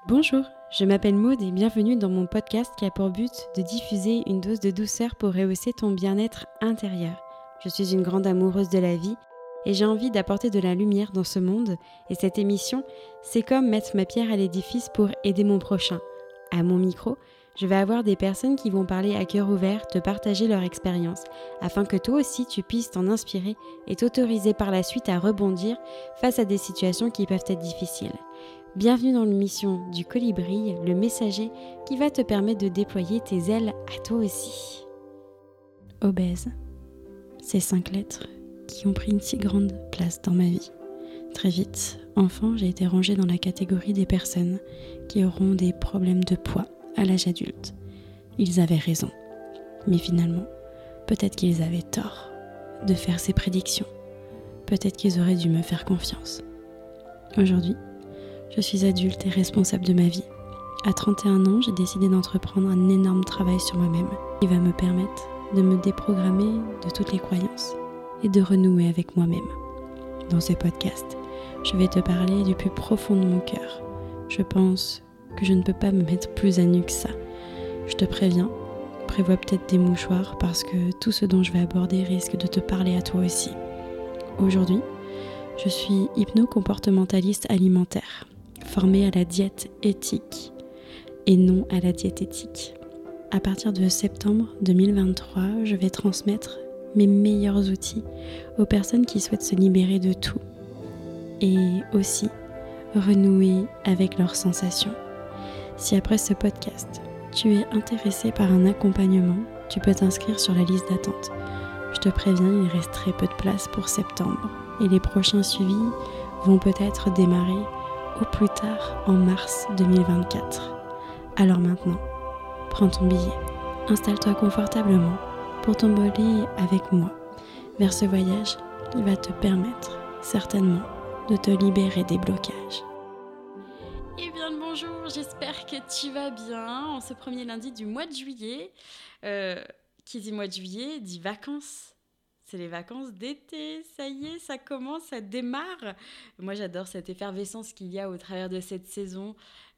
Bonjour, je m'appelle Maude et bienvenue dans mon podcast qui a pour but de diffuser une dose de douceur pour rehausser ton bien-être intérieur. Je suis une grande amoureuse de la vie et j'ai envie d'apporter de la lumière dans ce monde et cette émission, c'est comme mettre ma pierre à l'édifice pour aider mon prochain. À mon micro, je vais avoir des personnes qui vont parler à cœur ouvert, te partager leur expérience, afin que toi aussi tu puisses t'en inspirer et t'autoriser par la suite à rebondir face à des situations qui peuvent être difficiles. Bienvenue dans l'émission du Colibri, le messager qui va te permettre de déployer tes ailes à toi aussi. Obèse, ces 5 lettres qui ont pris une si grande place dans ma vie. Très vite, enfant, j'ai été rangée dans la catégorie des personnes qui auront des problèmes de poids à l'âge adulte. Ils avaient raison, mais finalement, peut-être qu'ils avaient tort de faire ces prédictions. Peut-être qu'ils auraient dû me faire confiance. Aujourd'hui, je suis adulte et responsable de ma vie. À 31 ans, j'ai décidé d'entreprendre un énorme travail sur moi-même qui va me permettre de me déprogrammer de toutes les croyances et de renouer avec moi-même. Dans ce podcast, je vais te parler du plus profond de mon cœur. Je pense que je ne peux pas me mettre plus à nu que ça. Je te préviens, prévois peut-être des mouchoirs parce que tout ce dont je vais aborder risque de te parler à toi aussi. Aujourd'hui, je suis hypno-comportementaliste alimentaire, formée à la diète éthique et non à la diététique. À partir de septembre 2023, je vais transmettre mes meilleurs outils aux personnes qui souhaitent se libérer de tout et aussi renouer avec leurs sensations. Si après ce podcast, tu es intéressé par un accompagnement, tu peux t'inscrire sur la liste d'attente. Je te préviens, il reste très peu de place pour septembre et les prochains suivis vont peut-être démarrer au plus tard en mars 2024. Alors maintenant, prends ton billet, installe-toi confortablement pour t'envoler avec moi vers ce voyage qui va te permettre certainement de te libérer des blocages. Eh bien le bonjour, j'espère que tu vas bien en ce premier lundi du mois de juillet. Qui dit mois de juillet dit vacances. C'est les vacances d'été, ça y est, ça commence, ça démarre. Moi, j'adore cette effervescence qu'il y a au travers de cette saison.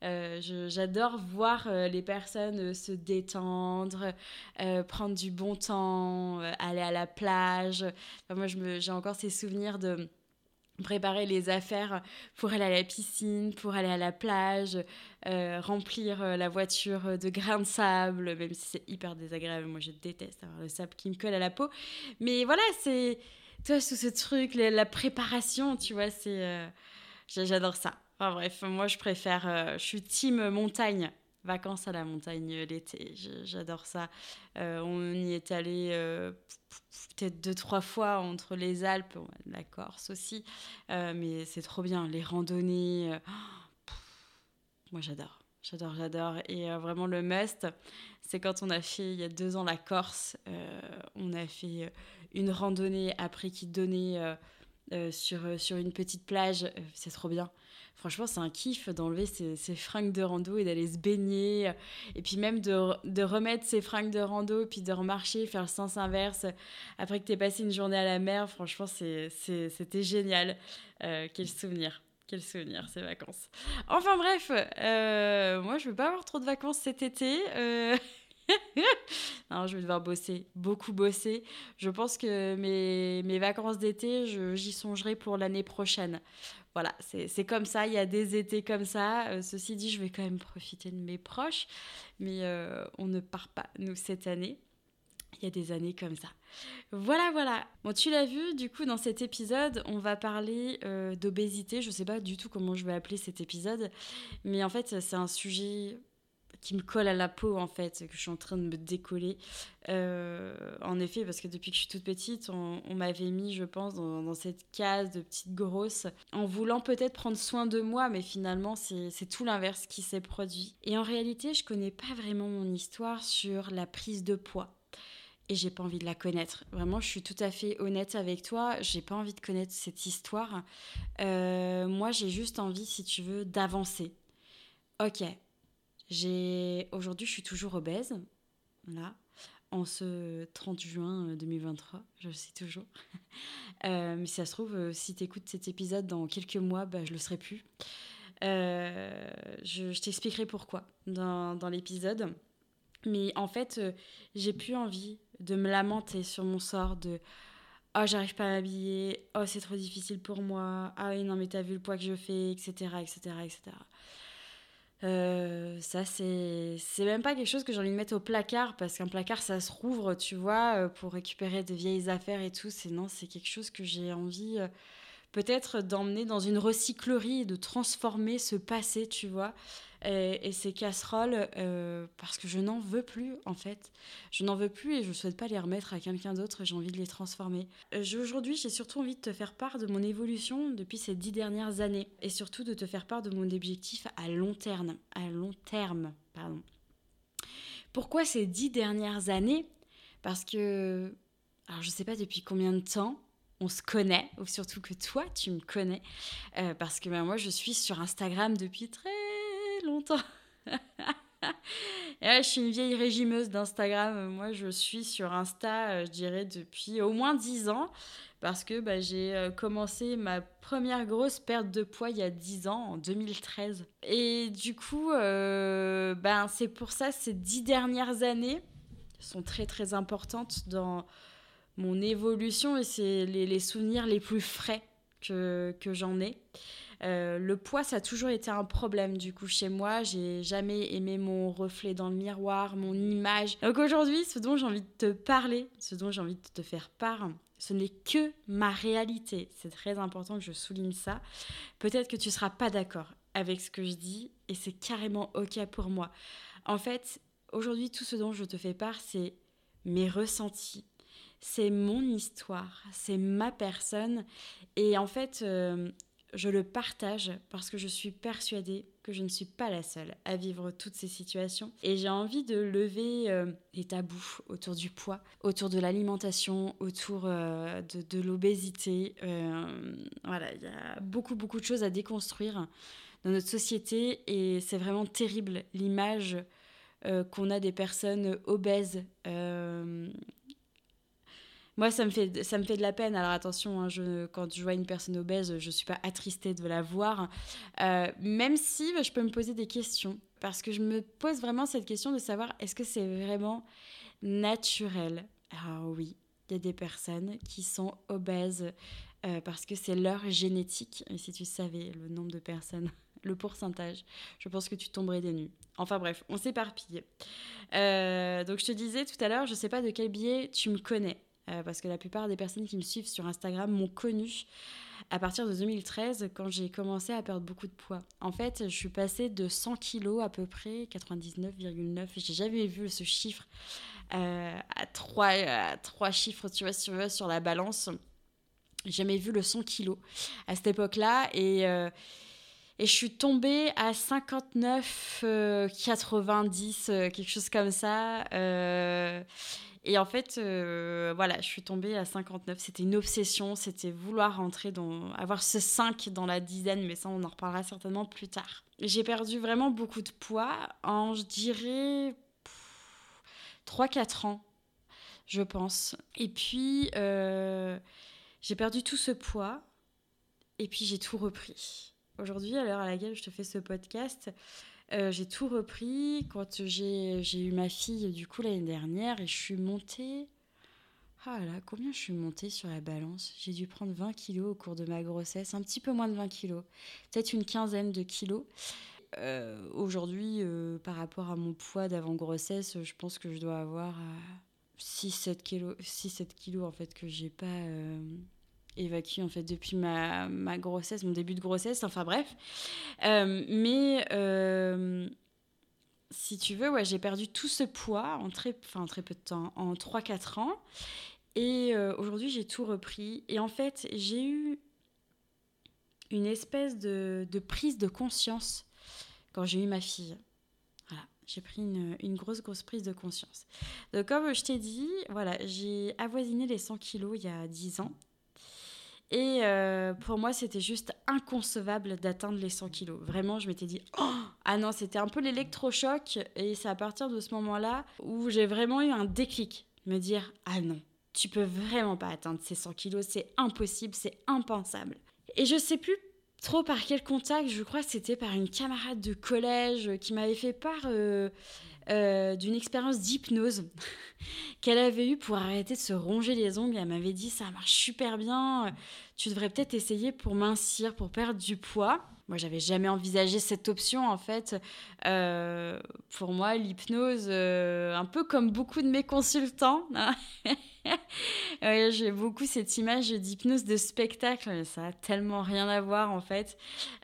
J'adore voir les personnes se détendre, prendre du bon temps, aller à la plage. Enfin, moi, j'ai encore ces souvenirs de préparer les affaires pour aller à la piscine, pour aller à la plage, remplir la voiture de grains de sable, même si c'est hyper désagréable. Moi, je déteste avoir le sable qui me colle à la peau. Mais voilà, c'est... Tu vois, tout ce truc, la préparation, tu vois, c'est... j'adore ça. Enfin bref, moi, je préfère... je suis team montagne. Vacances à la montagne l'été, j'adore ça. On y est allé peut-être 2-3 fois entre les Alpes, la Corse aussi, mais c'est trop bien, les randonnées. Moi j'adore. Et vraiment le must, c'est quand on a fait il y a 2 ans la Corse, on a fait une randonnée après qui donnait sur une petite plage, c'est trop bien. Franchement, c'est un kiff d'enlever ses fringues de rando et d'aller se baigner. Et puis même de remettre ses fringues de rando et puis de remarcher, faire le sens inverse après que tu aies passé une journée à la mer. Franchement, c'était génial. Quel souvenir. Quel souvenir, ces vacances. Enfin bref, moi, je ne veux pas avoir trop de vacances cet été. Non, je vais devoir bosser, beaucoup bosser. Je pense que mes vacances d'été, j'y songerai pour l'année prochaine. Voilà, c'est comme ça, il y a des étés comme ça. Ceci dit, je vais quand même profiter de mes proches, mais on ne part pas, nous, cette année. Il y a des années comme ça. Voilà. Bon, tu l'as vu, du coup, dans cet épisode, on va parler d'obésité. Je ne sais pas du tout comment je vais appeler cet épisode, mais en fait, c'est un sujet qui me colle à la peau, en fait, que je suis en train de me décoller. En effet, parce que depuis que je suis toute petite, on m'avait mis, je pense, dans cette case de petite grosse, en voulant peut-être prendre soin de moi, mais finalement, c'est tout l'inverse qui s'est produit. Et en réalité, je connais pas vraiment mon histoire sur la prise de poids. Et j'ai pas envie de la connaître. Vraiment, je suis tout à fait honnête avec toi. J'ai pas envie de connaître cette histoire. Moi, j'ai juste envie, si tu veux, d'avancer. Ok, aujourd'hui, je suis toujours obèse, là, en ce 30 juin 2023, je le sais toujours. Mais si ça se trouve, si tu écoutes cet épisode dans quelques mois, je le serai plus. Je t'expliquerai pourquoi dans l'épisode. Mais en fait, j'ai plus envie de me lamenter sur mon sort de « Oh, j'arrive pas à m'habiller. Oh, c'est trop difficile pour moi. Ah oui, non, mais t'as vu le poids que je fais, etc. etc., etc. » Ça, c'est même pas quelque chose que j'ai envie de mettre au placard, parce qu'un placard, ça se rouvre, tu vois, pour récupérer de vieilles affaires et tout. C'est quelque chose que j'ai envie peut-être d'emmener dans une recyclerie et de transformer ce passé, tu vois, et ces casseroles, parce que je n'en veux plus, en fait. Je n'en veux plus et je ne souhaite pas les remettre à quelqu'un d'autre, j'ai envie de les transformer. Aujourd'hui, j'ai surtout envie de te faire part de mon évolution depuis ces 10 dernières années, et surtout de te faire part de mon objectif à long terme. Pardon. Pourquoi ces 10 dernières années ? Parce que, alors je ne sais pas depuis combien de temps, on se connaît, ou surtout que toi, tu me connais, parce que moi, je suis sur Instagram depuis très longtemps. Et là, je suis une vieille régimeuse d'Instagram. Moi, je suis sur Insta, je dirais, depuis au moins 10 ans, parce que j'ai commencé ma première grosse perte de poids il y a 10 ans, en 2013. Et du coup, c'est pour ça, ces 10 dernières années sont très, très importantes dans mon évolution, et c'est les souvenirs les plus frais que j'en ai. Le poids, ça a toujours été un problème du coup chez moi. J'ai jamais aimé mon reflet dans le miroir, mon image. Donc aujourd'hui, ce dont j'ai envie de te parler, ce dont j'ai envie de te faire part, ce n'est que ma réalité. C'est très important que je souligne ça. Peut-être que tu ne seras pas d'accord avec ce que je dis, et c'est carrément ok pour moi. En fait, aujourd'hui, tout ce dont je te fais part, c'est mes ressentis. C'est mon histoire, c'est ma personne. Et en fait, je le partage parce que je suis persuadée que je ne suis pas la seule à vivre toutes ces situations. Et j'ai envie de lever les tabous autour du poids, autour de l'alimentation, autour de l'obésité. Voilà, il y a beaucoup, beaucoup de choses à déconstruire dans notre société, et c'est vraiment terrible l'image qu'on a des personnes obèses. Moi, ça me fait de la peine. Alors attention, hein, quand je vois une personne obèse, je ne suis pas attristée de la voir. Même si je peux me poser des questions. Parce que je me pose vraiment cette question de savoir, est-ce que c'est vraiment naturel ? Alors oui, il y a des personnes qui sont obèses parce que c'est leur génétique. Et si tu savais le nombre de personnes, le pourcentage, je pense que tu tomberais des nues. Enfin bref, on s'éparpille. Donc je te disais tout à l'heure, je ne sais pas de quel biais tu me connais. Parce que la plupart des personnes qui me suivent sur Instagram m'ont connue à partir de 2013, quand j'ai commencé à perdre beaucoup de poids. En fait, je suis passée de 100 kilos à peu près, 99,9. J'ai jamais vu ce chiffre à trois chiffres, tu vois, sur la balance. J'ai jamais vu le 100 kilos à cette époque-là. Et je suis tombée à 59, 90, quelque chose comme ça. Et en fait, voilà, je suis tombée à 59. C'était une obsession, c'était vouloir avoir ce 5 dans la dizaine, mais ça, on en reparlera certainement plus tard. J'ai perdu vraiment beaucoup de poids en, je dirais, 3-4 ans, je pense. Et puis, j'ai perdu tout ce poids, et puis j'ai tout repris. Aujourd'hui, à l'heure à laquelle je te fais ce podcast, j'ai tout repris quand j'ai eu ma fille du coup l'année dernière, et je suis montée... Ah là, combien je suis montée sur la balance ? J'ai dû prendre 20 kilos au cours de ma grossesse, un petit peu moins de 20 kilos, peut-être une quinzaine de kilos. Aujourd'hui, par rapport à mon poids d'avant-grossesse, je pense que je dois avoir 6-7 kilos en fait, que j'ai pas... évacué en fait depuis ma grossesse, mon début de grossesse, enfin bref. Si tu veux, ouais, j'ai perdu tout ce poids en très peu de temps, en 3-4 ans. Et aujourd'hui, j'ai tout repris. Et en fait, j'ai eu une espèce de prise de conscience quand j'ai eu ma fille. Voilà, j'ai pris une grosse prise de conscience. Donc comme je t'ai dit, voilà, j'ai avoisiné les 100 kilos il y a 10 ans. Et pour moi, c'était juste inconcevable d'atteindre les 100 kilos. Vraiment, je m'étais dit, oh, ah non, c'était un peu l'électrochoc. Et c'est à partir de ce moment-là où j'ai vraiment eu un déclic. Me dire, ah non, tu peux vraiment pas atteindre ces 100 kilos, c'est impossible, c'est impensable. Et je sais plus trop par quel contact, je crois que c'était par une camarade de collège qui m'avait fait part d'une expérience d'hypnose qu'elle avait eue pour arrêter de se ronger les ongles. Elle m'avait dit ça marche super bien, tu devrais peut-être essayer pour mincir, pour perdre du poids. Moi, j'avais jamais envisagé cette option en fait. Pour moi, l'hypnose, un peu comme beaucoup de mes consultants, hein. Ouais, j'ai beaucoup cette image d'hypnose de spectacle, mais ça a tellement rien à voir en fait.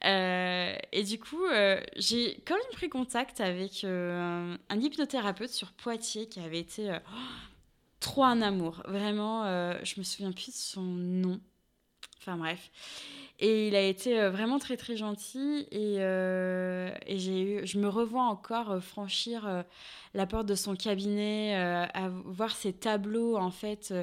Et du coup, j'ai quand même pris contact avec un hypnothérapeute sur Poitiers qui avait été trop un amour. Vraiment, je me souviens plus de son nom. Enfin bref. Et il a été vraiment très très gentil et je me revois encore franchir la porte de son cabinet, à voir ses tableaux en fait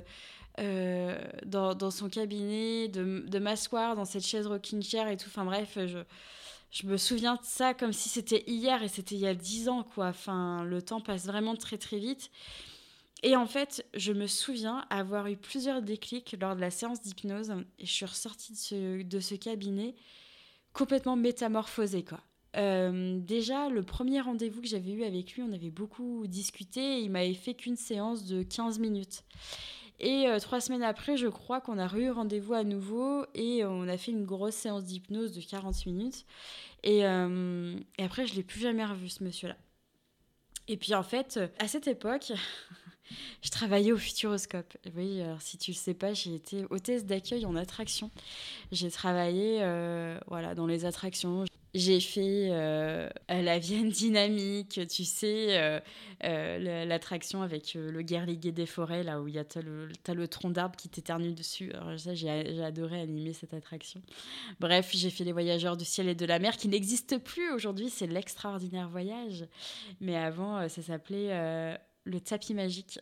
dans son cabinet, de m'asseoir dans cette chaise rocking chair et tout. Enfin bref, je me souviens de ça comme si c'était hier et c'était il y a 10 ans quoi. Enfin, le temps passe vraiment très très vite. Et en fait, je me souviens avoir eu plusieurs déclics lors de la séance d'hypnose et je suis ressortie de ce cabinet complètement métamorphosée, quoi. Déjà, le premier rendez-vous que j'avais eu avec lui, on avait beaucoup discuté et il m'avait fait qu'une séance de 15 minutes. Et 3 semaines après, je crois qu'on a eu rendez-vous à nouveau et on a fait une grosse séance d'hypnose de 40 minutes. Et après, je ne l'ai plus jamais revu, ce monsieur-là. Et puis en fait, à cette époque, je travaillais au Futuroscope. Oui, alors si tu le sais pas, j'ai été hôtesse d'accueil en attraction. J'ai travaillé voilà, dans les attractions. J'ai fait la Vienne Dynamique, tu sais, l'attraction avec le guerrier des forêts, là où t'as le tronc d'arbre qui t'éternue dessus. Alors ça, j'ai adoré animer cette attraction. Bref, j'ai fait les Voyageurs du ciel et de la mer, qui n'existent plus aujourd'hui, c'est l'extraordinaire voyage. Mais avant, ça s'appelait le tapis magique.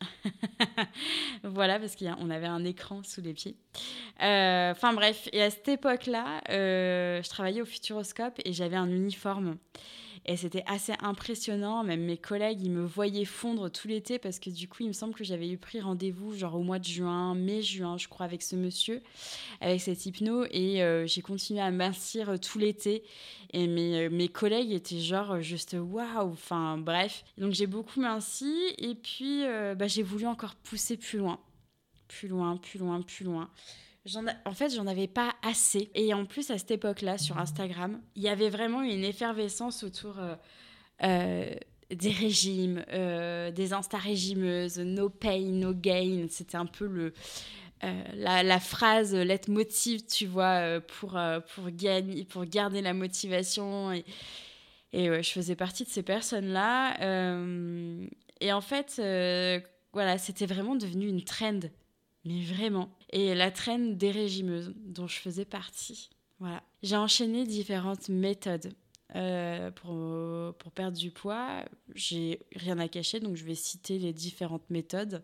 Voilà, parce qu'on avait un écran sous les pieds. Enfin bref, et à cette époque-là, je travaillais au Futuroscope et j'avais un uniforme. Et c'était assez impressionnant. Même mes collègues, ils me voyaient fondre tout l'été parce que du coup, il me semble que j'avais eu pris rendez-vous genre au mois de juin, mai-juin, je crois, avec ce monsieur, avec cette hypno. Et j'ai continué à mincir tout l'été. Et mes collègues étaient genre juste waouh. Enfin bref. Donc j'ai beaucoup minci. Et puis j'ai voulu encore pousser plus loin. Plus loin, plus loin, plus loin. En fait, j'en avais pas assez. Et en plus, à cette époque-là, sur Instagram, il y avait vraiment une effervescence autour des régimes, des insta-régimeuses, no pain, no gain. C'était un peu la phrase leitmotiv, tu vois, pour garder la motivation. Et ouais, je faisais partie de ces personnes-là. Et en fait, voilà, c'était vraiment devenu une trend. Mais vraiment. Et la traîne des régimeuses, dont je faisais partie. Voilà. J'ai enchaîné différentes méthodes pour perdre du poids. J'ai rien à cacher, donc je vais citer les différentes méthodes.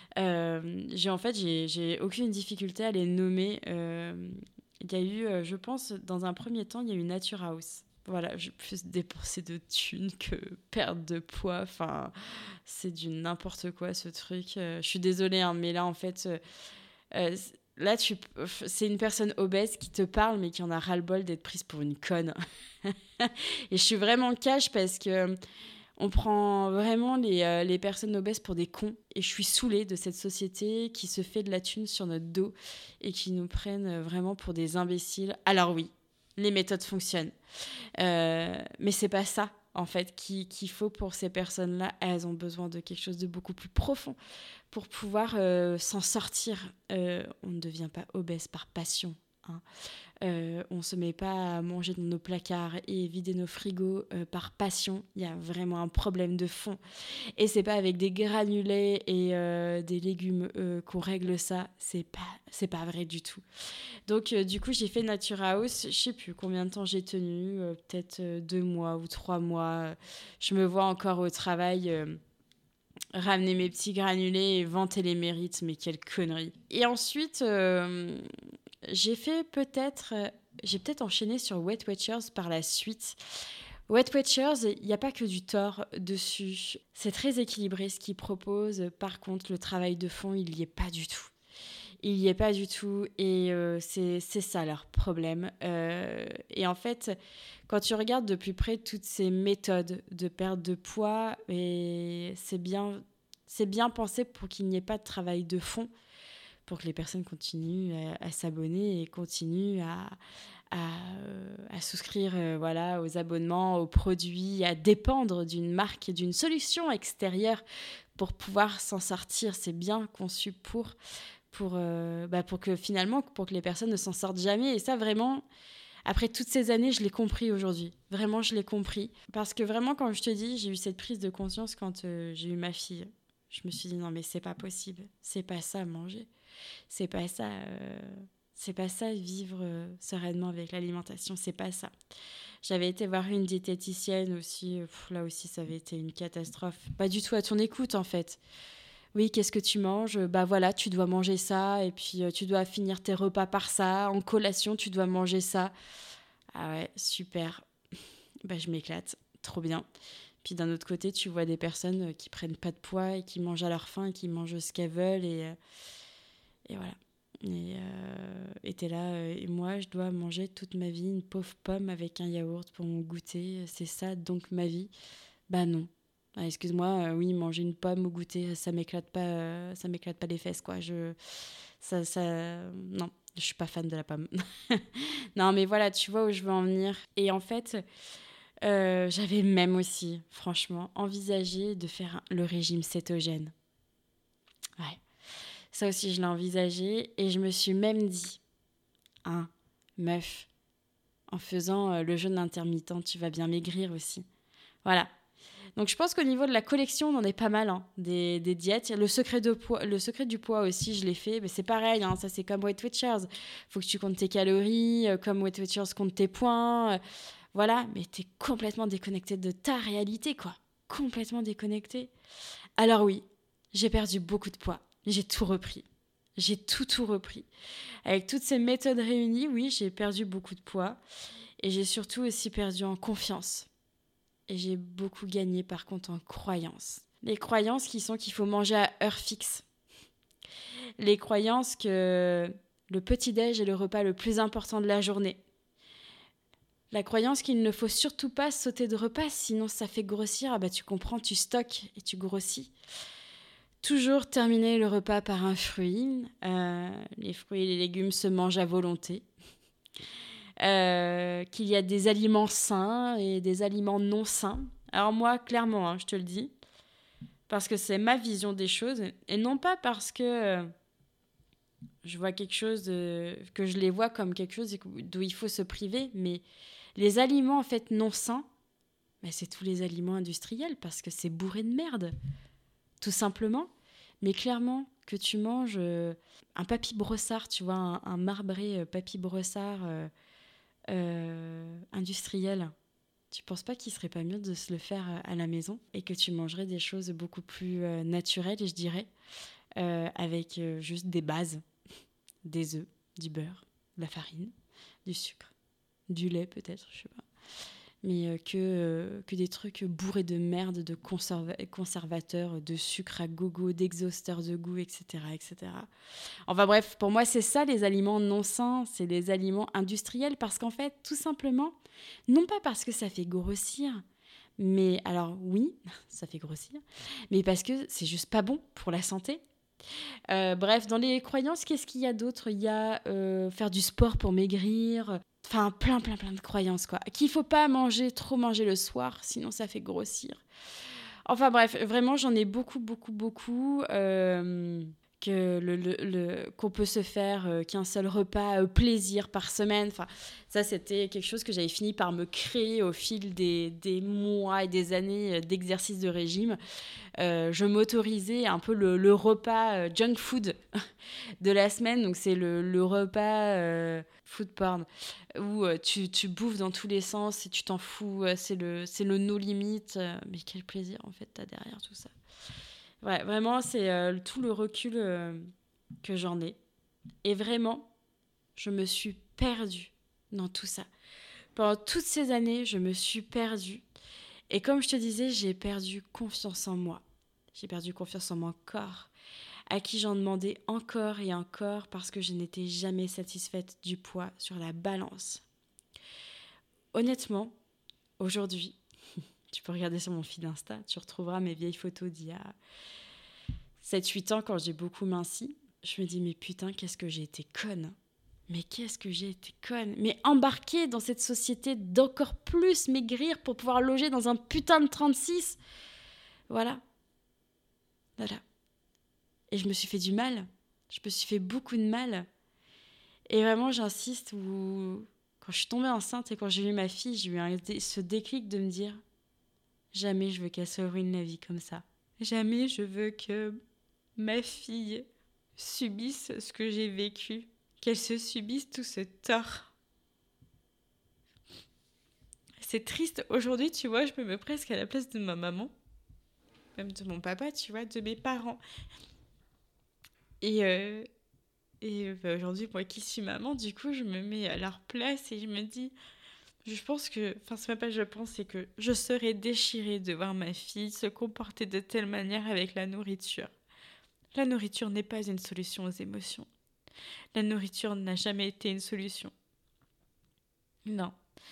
J'ai aucune difficulté à les nommer. Il y a eu, je pense, dans un premier temps, il y a eu Nature House. Voilà, j'ai plus dépensé de thunes que perdre de poids. Enfin, c'est du n'importe quoi, ce truc. Je suis désolée, hein, mais là, en fait, là, c'est une personne obèse qui te parle, mais qui en a ras-le-bol d'être prise pour une conne. Et je suis vraiment cash parce que on prend vraiment les personnes obèses pour des cons. Et je suis saoulée de cette société qui se fait de la thune sur notre dos et qui nous prennent vraiment pour des imbéciles. Alors oui, les méthodes fonctionnent. Mais c'est pas ça, en fait, qu'il faut pour ces personnes-là. Elles ont besoin de quelque chose de beaucoup plus profond pour pouvoir s'en sortir. On ne devient pas obèse par passion, hein. On ne se met pas à manger dans nos placards et vider nos frigos par passion. Il y a vraiment un problème de fond. Et c'est pas avec des granulés et des légumes qu'on règle ça. C'est pas vrai du tout. Donc du coup, j'ai fait Nature House. Je sais plus combien de temps j'ai tenu. Peut-être 2 mois ou 3 mois. Je me vois encore au travail ramener mes petits granulés et vanter les mérites. Mais quelle connerie. Et ensuite... j'ai peut-être enchaîné sur Weight Watchers par la suite. Weight Watchers, il n'y a pas que du tort dessus. C'est très équilibré ce qu'ils proposent. Par contre, le travail de fond, il n'y est pas du tout. Il n'y est pas du tout et c'est ça leur problème. Et en fait, quand tu regardes de plus près toutes ces méthodes de perte de poids, et c'est bien pensé pour qu'il n'y ait pas de travail de fond, pour que les personnes continuent à s'abonner et continuent à souscrire voilà, aux abonnements, aux produits, à dépendre d'une marque et d'une solution extérieure pour pouvoir s'en sortir. C'est bien conçu pour que finalement, pour que les personnes ne s'en sortent jamais. Et ça, vraiment, après toutes ces années, je l'ai compris aujourd'hui. Vraiment, je l'ai compris. Parce que vraiment, quand je te dis, j'ai eu cette prise de conscience quand j'ai eu ma fille. Je me suis dit, non, mais c'est pas possible. C'est pas ça, manger. C'est pas ça... C'est pas ça, vivre sereinement avec l'alimentation, c'est pas ça. J'avais été voir une diététicienne aussi, là aussi ça avait été une catastrophe. Pas du tout à ton écoute en fait. Oui, qu'est-ce que tu manges ? Bah voilà, tu dois manger ça, et puis tu dois finir tes repas par ça. En collation, tu dois manger ça. Ah ouais, super. Bah je m'éclate, trop bien. Puis d'un autre côté, tu vois des personnes qui prennent pas de poids et qui mangent à leur faim et qui mangent ce qu'elles veulent et voilà. Et t'es là, et moi je dois manger toute ma vie une pauvre pomme avec un yaourt pour mon goûter, c'est ça donc ma vie ? Bah non. Ah, excuse-moi, oui, manger une pomme au goûter, ça m'éclate pas les fesses quoi. Non, je suis pas fan de la pomme. Non mais voilà, tu vois où je veux en venir. Et en fait, j'avais même aussi, franchement, envisagé de faire le régime cétogène. Ouais. Ça aussi, je l'ai envisagé et je me suis même dit, hein, meuf, en faisant le jeûne intermittent, tu vas bien maigrir aussi. Voilà. Donc, je pense qu'au niveau de la collection, on en est pas mal, hein, des diètes. Le secret du poids aussi, je l'ai fait. Mais c'est pareil, hein, ça c'est comme Weight Watchers. Faut que tu comptes tes calories, comme Weight Watchers compte tes points. Voilà, mais t'es complètement déconnecté de ta réalité, quoi. Complètement déconnecté. Alors oui, j'ai perdu beaucoup de poids. J'ai tout repris. J'ai tout repris. Avec toutes ces méthodes réunies, oui, j'ai perdu beaucoup de poids. Et j'ai surtout aussi perdu en confiance. Et j'ai beaucoup gagné par contre en croyances. Les croyances qui sont qu'il faut manger à heure fixe. Les croyances que le petit-déj est le repas le plus important de la journée. La croyance qu'il ne faut surtout pas sauter de repas, sinon ça fait grossir. Ah bah tu comprends, tu stockes et tu grossis. Toujours terminer le repas par un fruit. Les fruits et les légumes se mangent à volonté. Qu'il y a des aliments sains et des aliments non sains. Alors moi, clairement, hein, je te le dis, parce que c'est ma vision des choses, et non pas parce que je vois quelque chose, que je les vois comme quelque chose d'où il faut se priver, mais les aliments en fait non sains, mais c'est tous les aliments industriels, parce que c'est bourré de merde, tout simplement. Mais clairement, que tu manges un papy brossard, tu vois, un marbré papy brossard industriel, tu penses pas qu'il serait pas mieux de se le faire à la maison et que tu mangerais des choses beaucoup plus naturelles, je dirais, avec juste des bases, des œufs, du beurre, de la farine, du sucre, du lait peut-être, je sais pas. Mais que des trucs bourrés de merde, de conservateurs, de sucre à gogo, d'exhausteurs de goût, etc., etc. Enfin bref, pour moi, c'est ça les aliments non sains, c'est les aliments industriels, parce qu'en fait, tout simplement, non pas parce que ça fait grossir, mais alors oui, ça fait grossir, mais parce que c'est juste pas bon pour la santé. Bref, dans les croyances, qu'est-ce qu'il y a d'autre ? Il y a faire du sport pour maigrir, enfin plein de croyances quoi. Qu'il faut pas trop manger le soir, sinon ça fait grossir. Enfin bref, vraiment j'en ai beaucoup. Qu'on peut se faire qu'un seul repas plaisir par semaine. Enfin, ça, c'était quelque chose que j'avais fini par me créer au fil des mois et des années d'exercice de régime. Je m'autorisais un peu le repas junk food de la semaine. Donc, c'est le repas food porn où tu bouffes dans tous les sens et tu t'en fous. C'est le no limit. Mais quel plaisir, en fait, t'as derrière tout ça. Ouais, vraiment, c'est tout le recul que j'en ai. Et vraiment, je me suis perdue dans tout ça. Pendant toutes ces années, je me suis perdue. Et comme je te disais, j'ai perdu confiance en moi. J'ai perdu confiance en mon corps. à qui j'en demandais encore et encore parce que je n'étais jamais satisfaite du poids sur la balance. Honnêtement, aujourd'hui, tu peux regarder sur mon feed Insta, tu retrouveras mes vieilles photos d'il y a 7-8 ans quand j'ai beaucoup minci. Je me dis, mais putain, qu'est-ce que j'ai été conne. Mais qu'est-ce que j'ai été conne. Mais embarquée dans cette société d'encore plus maigrir pour pouvoir loger dans un putain de 36. Voilà. Et je me suis fait du mal. Je me suis fait beaucoup de mal. Et vraiment, j'insiste, quand je suis tombée enceinte et quand j'ai eu ma fille, j'ai eu ce déclic de me dire jamais je veux qu'elle se ruine la vie comme ça. Jamais je veux que ma fille subisse ce que j'ai vécu. Qu'elle se subisse tout ce tort. C'est triste. Aujourd'hui, tu vois, je me mets presque à la place de ma maman. Même de mon papa, tu vois, de mes parents. Et aujourd'hui, moi qui suis maman, du coup, je me mets à leur place et je me dis... Je pense que... Enfin, c'est même pas je pense, c'est que je serais déchirée de voir ma fille se comporter de telle manière avec la nourriture. La nourriture n'est pas une solution aux émotions. La nourriture n'a jamais été une solution. Non.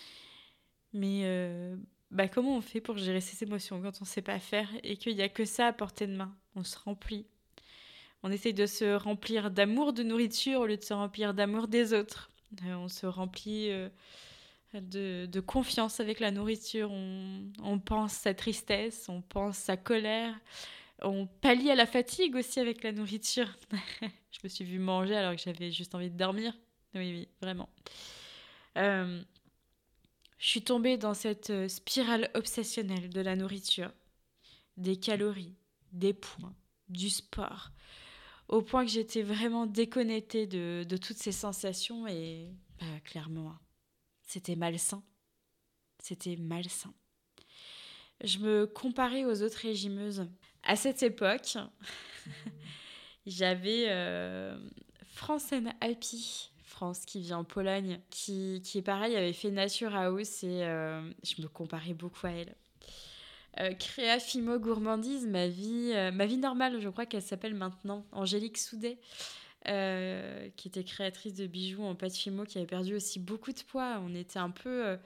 Mais comment on fait pour gérer ses émotions quand on ne sait pas faire et qu'il n'y a que ça à portée de main? On se remplit. On essaye de se remplir d'amour de nourriture au lieu de se remplir d'amour des autres. On se remplit de confiance avec la nourriture. On pense sa tristesse, on pense sa colère. On pallie à la fatigue aussi avec la nourriture. Je me suis vue manger alors que j'avais juste envie de dormir. Oui, vraiment. Je suis tombée dans cette spirale obsessionnelle de la nourriture, des calories, des points, du sport, au point que j'étais vraiment déconnectée de toutes ces sensations et clairement, c'était malsain. C'était malsain. Je me comparais aux autres régimeuses. À cette époque, j'avais France Happy, France qui vit en Pologne, qui est pareil, avait fait Nature House et je me comparais beaucoup à elle. Créa Fimo Gourmandise, ma vie normale, je crois qu'elle s'appelle maintenant, Angélique Soudet, qui était créatrice de bijoux en pâte Fimo, qui avait perdu aussi beaucoup de poids. On était un peu...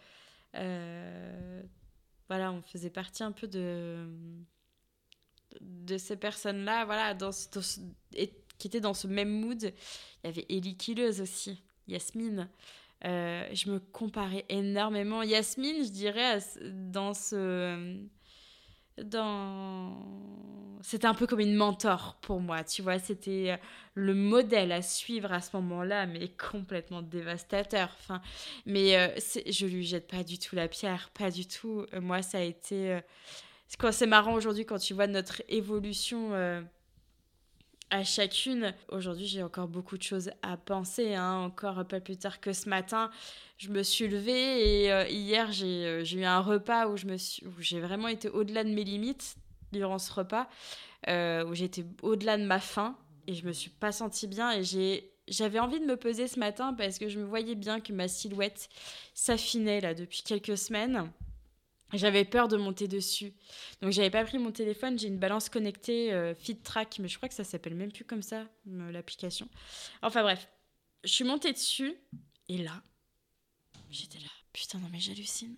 on faisait partie un peu de ces personnes-là, voilà, qui étaient dans ce même mood. Il y avait Ellie Killeuse aussi, Yasmine. Je me comparais énormément. Yasmine, je dirais, c'était un peu comme une mentor pour moi, tu vois, c'était le modèle à suivre à ce moment-là, mais complètement dévastateur. Enfin, mais je lui jette pas du tout la pierre, pas du tout. Moi, ça a été... c'est marrant aujourd'hui quand tu vois notre évolution à chacune. Aujourd'hui, j'ai encore beaucoup de choses à penser, encore pas plus tard que ce matin. Je me suis levée et hier, j'ai eu un repas où j'ai vraiment été au-delà de mes limites durant ce repas, où j'étais au-delà de ma faim et je me suis pas sentie bien et j'avais envie de me peser ce matin parce que je me voyais bien que ma silhouette s'affinait là depuis quelques semaines. J'avais peur de monter dessus. Donc, j'avais pas pris mon téléphone. J'ai une balance connectée FitTrack, mais je crois que ça s'appelle même plus comme ça, l'application. Enfin, bref. Je suis montée dessus. Et là, j'étais là. Putain, non, mais j'hallucine.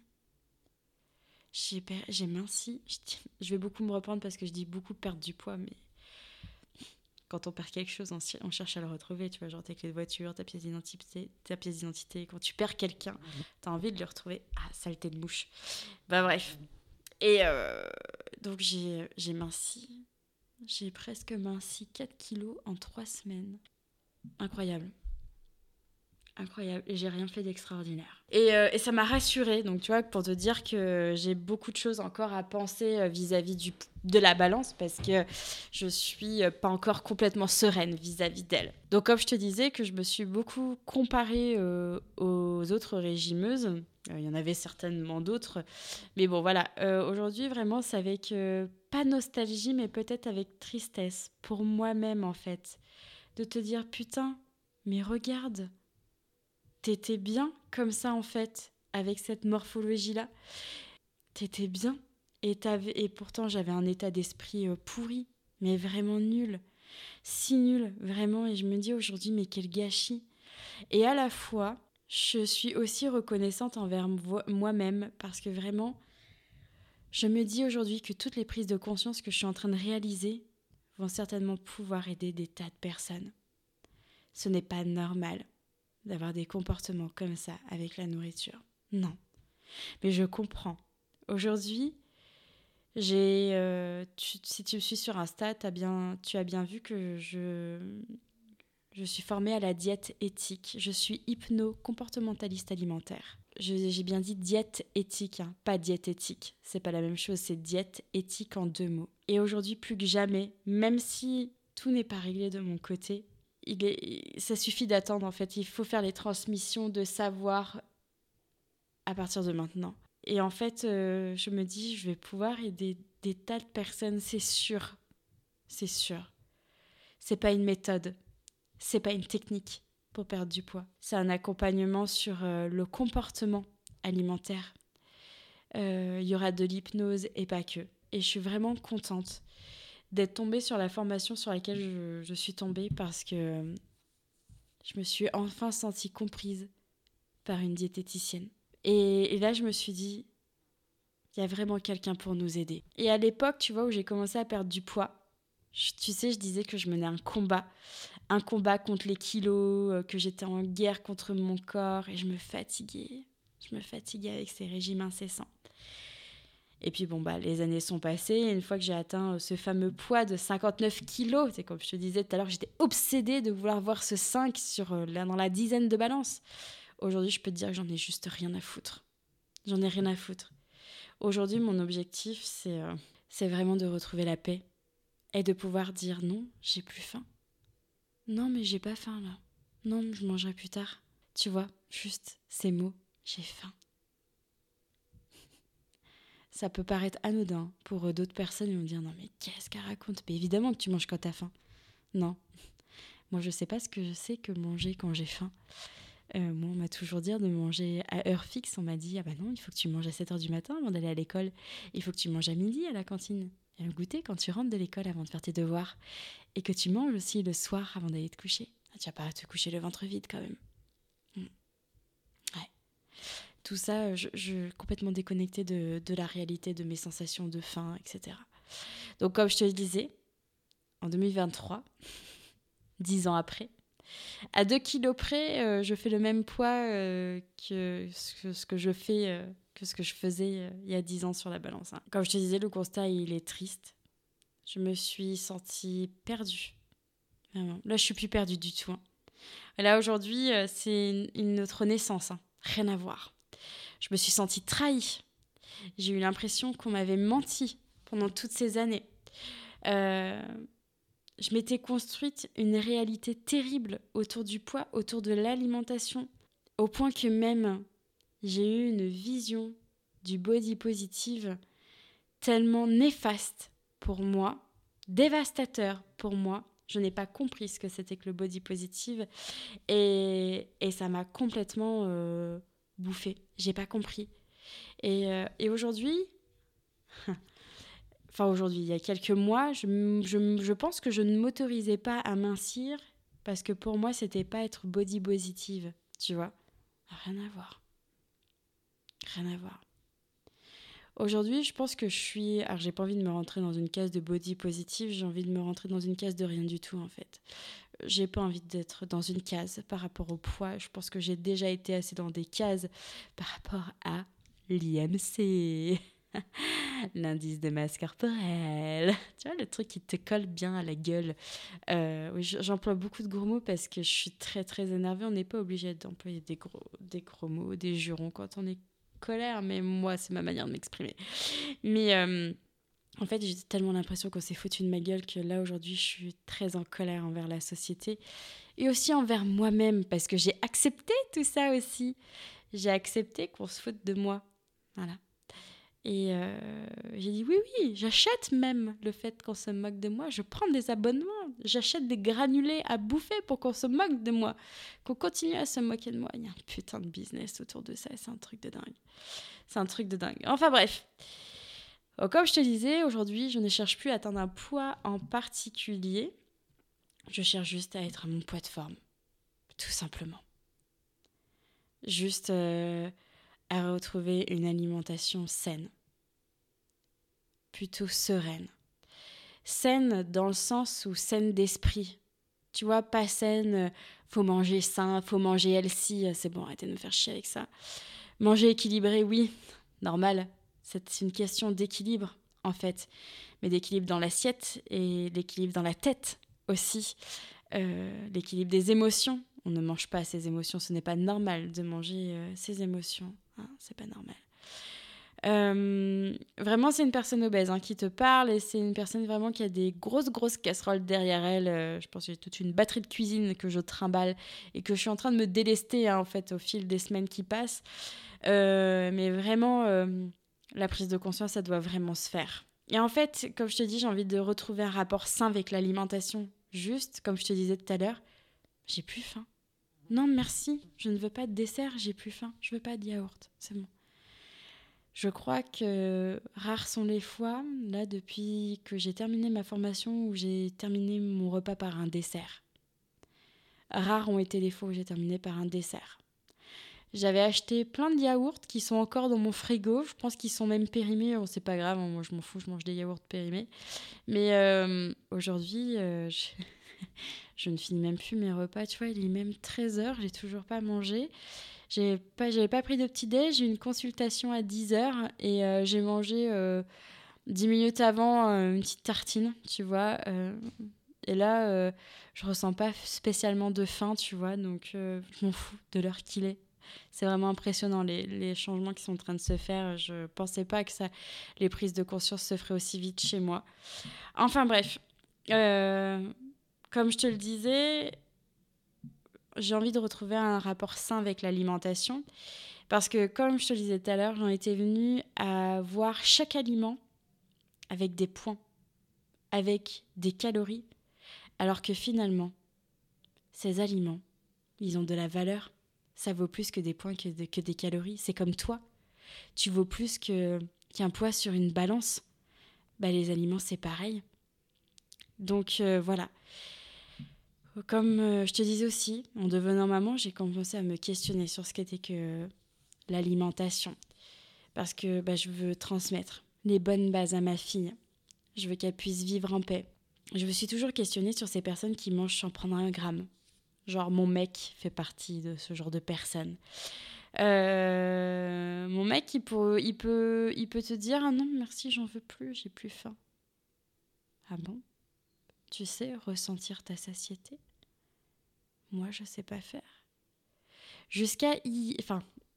J'ai minci. Je vais beaucoup me reprendre parce que je dis beaucoup perdre du poids, mais quand on perd quelque chose, on cherche à le retrouver. Tu vois, genre tes clés de voiture, ta pièce d'identité. Quand tu perds quelqu'un, t'as envie de le retrouver. Ah, saleté de mouche. Bref. Et donc, j'ai minci. J'ai presque minci 4 kilos en 3 semaines. Incroyable. Et j'ai rien fait d'extraordinaire. Et ça m'a rassurée, donc tu vois, pour te dire que j'ai beaucoup de choses encore à penser vis-à-vis de la balance, parce que je suis pas encore complètement sereine vis-à-vis d'elle. Donc comme je te disais, que je me suis beaucoup comparée aux autres régimeuses. Il y en avait certainement d'autres, mais bon voilà. Aujourd'hui, vraiment, c'est avec pas nostalgie, mais peut-être avec tristesse pour moi-même en fait, de te dire putain, mais regarde. T'étais bien comme ça, en fait, avec cette morphologie-là. T'étais bien. Et pourtant, j'avais un état d'esprit pourri, mais vraiment nul. Si nul, vraiment. Et je me dis aujourd'hui, mais quel gâchis. Et à la fois, je suis aussi reconnaissante envers moi-même parce que vraiment, je me dis aujourd'hui que toutes les prises de conscience que je suis en train de réaliser vont certainement pouvoir aider des tas de personnes. Ce n'est pas normal d'avoir des comportements comme ça avec la nourriture. Non. Mais je comprends. Aujourd'hui, si tu me suis sur Insta, tu as bien vu que je suis formée à la diète éthique. Je suis hypno-comportementaliste alimentaire. J'ai bien dit diète éthique, hein, pas diète éthique. C'est pas la même chose, c'est diète éthique en 2 mots. Et aujourd'hui, plus que jamais, même si tout n'est pas réglé de mon côté, ça suffit d'attendre en fait. Il faut faire les transmissions de savoir à partir de maintenant. Et en fait, je me dis, je vais pouvoir aider des tas de personnes, c'est sûr. C'est sûr. C'est pas une méthode, c'est pas une technique pour perdre du poids. C'est un accompagnement sur le comportement alimentaire. Il y aura de l'hypnose et pas que. Et je suis vraiment contente d'être tombée sur la formation sur laquelle je suis tombée parce que je me suis enfin sentie comprise par une diététicienne. Et là, je me suis dit, il y a vraiment quelqu'un pour nous aider. Et à l'époque, tu vois, où j'ai commencé à perdre du poids, tu sais, je disais que je menais un combat contre les kilos, que j'étais en guerre contre mon corps et je me fatiguais avec ces régimes incessants. Et puis bon, les années sont passées et une fois que j'ai atteint ce fameux poids de 59 kilos, c'est comme je te disais tout à l'heure, j'étais obsédée de vouloir voir ce 5 dans la dizaine de balances. Aujourd'hui, je peux te dire que j'en ai juste rien à foutre. J'en ai rien à foutre. Aujourd'hui, mon objectif, c'est vraiment de retrouver la paix et de pouvoir dire non, j'ai plus faim. Non, mais j'ai pas faim là. Non, je mangerai plus tard. Tu vois, juste ces mots, j'ai faim. Ça peut paraître anodin pour d'autres personnes, ils vont dire non, mais qu'est-ce qu'elle raconte? Mais évidemment que tu manges quand t'as faim. Non. Moi, je sais pas ce que je sais que manger quand j'ai faim. Moi, on m'a toujours dit de manger à heure fixe. On m'a dit, ah bah non, il faut que tu manges à 7h du matin avant d'aller à l'école. Il faut que tu manges à midi à la cantine. Et le goûter quand tu rentres de l'école avant de faire tes devoirs. Et que tu manges aussi le soir avant d'aller te coucher. Ah, tu vas pas te coucher le ventre vide quand même. Ouais. Tout ça, je complètement déconnectée de la réalité, de mes sensations de faim, etc. Donc, comme je te le disais, en 2023, 10 ans après, à 2 kilos près, je fais le même poids que ce que je faisais il y a 10 ans sur la balance. Hein. Comme je te disais, le constat, il est triste. Je me suis sentie perdue. Vraiment. Là, je suis plus perdue du tout. Hein. Là, aujourd'hui, c'est une autre naissance. Hein. Rien à voir. Je me suis sentie trahie. J'ai eu l'impression qu'on m'avait menti pendant toutes ces années. Je m'étais construite une réalité terrible autour du poids, autour de l'alimentation, au point que même j'ai eu une vision du body positive tellement néfaste pour moi, dévastateur pour moi. Je n'ai pas compris ce que c'était que le body positive et ça m'a complètement bouffée. J'ai pas compris. Et aujourd'hui... Enfin aujourd'hui, il y a quelques mois, je pense que je ne m'autorisais pas à mincir parce que pour moi, c'était pas être body positive, tu vois. Rien à voir. Rien à voir. Aujourd'hui, je pense que je suis... Alors, j'ai pas envie de me rentrer dans une case de body positive, j'ai envie de me rentrer dans une case de rien du tout, en fait. J'ai pas envie d'être dans une case par rapport au poids. Je pense que j'ai déjà été assez dans des cases par rapport à l'IMC. L'indice de masse corporelle. Tu vois, le truc qui te colle bien à la gueule. Oui, j'emploie beaucoup de gros mots parce que je suis très très énervée. On n'est pas obligé d'employer des gros mots, des jurons quand on est colère, mais moi, c'est ma manière de m'exprimer. Mais en fait, j'ai tellement l'impression qu'on s'est foutu de ma gueule que là, aujourd'hui, je suis très en colère envers la société et aussi envers moi-même parce que j'ai accepté tout ça aussi. J'ai accepté qu'on se foute de moi. Voilà. Et j'ai dit oui, j'achète même le fait qu'on se moque de moi. Je prends des abonnements, j'achète des granulés à bouffer pour qu'on se moque de moi, qu'on continue à se moquer de moi. Il y a un putain de business autour de ça, c'est un truc de dingue. C'est un truc de dingue. Enfin bref, comme je te disais, aujourd'hui, je ne cherche plus à atteindre un poids en particulier. Je cherche juste à être à mon poids de forme, tout simplement. Juste à retrouver une alimentation saine, plutôt sereine. Saine dans le sens où saine d'esprit. Tu vois, pas saine, faut manger sain, faut manger healthy, c'est bon, arrêtez de me faire chier avec ça. Manger équilibré, oui, normal. C'est une question d'équilibre, en fait. Mais d'équilibre dans l'assiette et l'équilibre dans la tête aussi. L'équilibre des émotions. On ne mange pas ses émotions, ce n'est pas normal de manger ses émotions. Hein, c'est pas normal. Vraiment, c'est une personne obèse qui te parle et c'est une personne vraiment qui a des grosses casseroles derrière elle. Je pense que j'ai toute une batterie de cuisine que je trimballe et que je suis en train de me délester en fait au fil des semaines qui passent. Mais vraiment, la prise de conscience, ça doit vraiment se faire. Et en fait, comme je te dis, j'ai envie de retrouver un rapport sain avec l'alimentation. Juste, comme je te disais tout à l'heure, j'ai plus faim. Non, merci, je ne veux pas de dessert, j'ai plus faim. Je veux pas de yaourt, c'est bon. Je crois que rares sont les fois, là, depuis que j'ai terminé ma formation, où j'ai terminé mon repas par un dessert. Rares ont été les fois où j'ai terminé par un dessert. J'avais acheté plein de yaourts qui sont encore dans mon frigo. Je pense qu'ils sont même périmés. Bon, c'est pas grave, moi je m'en fous, je mange des yaourts périmés. Mais aujourd'hui, je ne finis même plus mes repas. Tu vois, il est même 13h, j'ai toujours pas mangé. J'avais pas pris de petit-déj, j'ai eu une consultation à 10h et j'ai mangé 10 minutes avant une petite tartine, tu vois. Et là, je ressens pas spécialement de faim, tu vois, donc je m'en fous de l'heure qu'il est. C'est vraiment impressionnant les changements qui sont en train de se faire. Je pensais pas que les prises de conscience se feraient aussi vite chez moi. Enfin bref, comme je te le disais, j'ai envie de retrouver un rapport sain avec l'alimentation. Parce que, comme je te le disais tout à l'heure, j'en étais venue à voir chaque aliment avec des points, avec des calories, alors que finalement, ces aliments, ils ont de la valeur. Ça vaut plus que des points, que des calories. C'est comme toi. Tu vaux plus qu'un poids sur une balance. Les aliments, c'est pareil. Donc, voilà. Comme je te disais aussi, en devenant maman, j'ai commencé à me questionner sur ce qu'était que l'alimentation. Parce que je veux transmettre les bonnes bases à ma fille. Je veux qu'elle puisse vivre en paix. Je me suis toujours questionnée sur ces personnes qui mangent sans prendre un gramme. Genre mon mec fait partie de ce genre de personnes. Mon mec, il peut te dire « Ah non, merci, j'en veux plus, j'ai plus faim. » Ah bon ? Tu sais ressentir ta satiété ? Moi, je sais pas faire. Jusqu'à hier.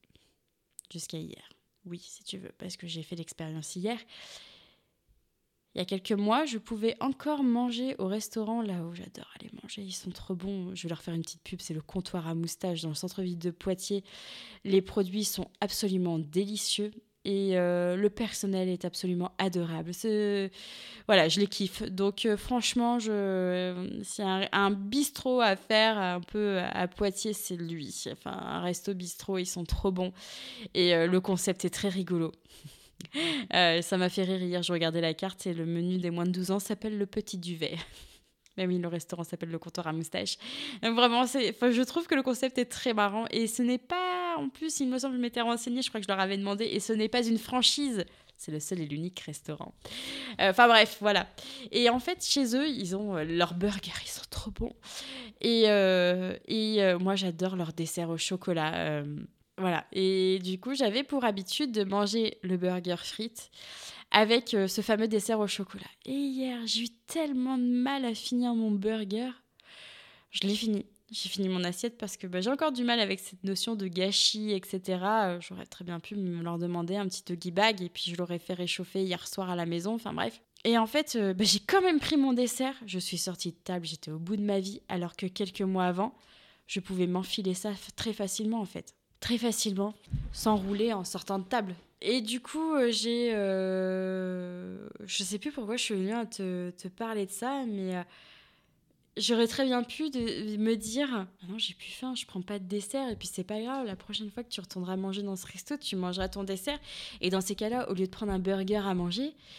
Oui, si tu veux, parce que j'ai fait l'expérience hier. Il y a quelques mois, je pouvais encore manger au restaurant, là où j'adore aller manger. Ils sont trop bons. Je vais leur faire une petite pub. C'est le comptoir à moustache dans le centre-ville de Poitiers. Les produits sont absolument délicieux. Et le personnel est absolument adorable. Voilà, je les kiffe. Donc franchement, s'il y a un bistrot à faire un peu à Poitiers, c'est lui. Enfin, un resto bistrot, ils sont trop bons. Et le concept est très rigolo. Ça m'a fait rire hier, je regardais la carte et le menu des moins de 12 ans s'appelle le Petit Duvet. Mais oui, le restaurant s'appelle le comptoir à moustache. Donc vraiment, je trouve que le concept est très marrant. Et ce n'est pas, en plus, il me semble que je m'étais renseignée, je crois que je leur avais demandé, et ce n'est pas une franchise. C'est le seul et l'unique restaurant. Enfin bref, voilà. Et en fait, chez eux, ils ont leurs burgers, ils sont trop bons. Et moi, j'adore leur dessert au chocolat. Voilà. Et du coup, j'avais pour habitude de manger le burger frites avec ce fameux dessert au chocolat. Et hier, j'ai eu tellement de mal à finir mon burger. Je l'ai fini. J'ai fini mon assiette parce que j'ai encore du mal avec cette notion de gâchis, etc. J'aurais très bien pu me leur demander un petit doggy bag et puis je l'aurais fait réchauffer hier soir à la maison. Enfin bref. Et en fait, j'ai quand même pris mon dessert. Je suis sortie de table, j'étais au bout de ma vie, alors que quelques mois avant, je pouvais m'enfiler ça très facilement en fait. Très facilement, sans rouler en sortant de table. Et du coup, je sais plus pourquoi je suis venue à te parler de ça, mais j'aurais très bien pu me dire ah non, j'ai plus faim, je prends pas de dessert, et puis c'est pas grave, la prochaine fois que tu retourneras manger dans ce resto, tu mangeras ton dessert. Et dans ces cas-là, au lieu de prendre un burger à manger,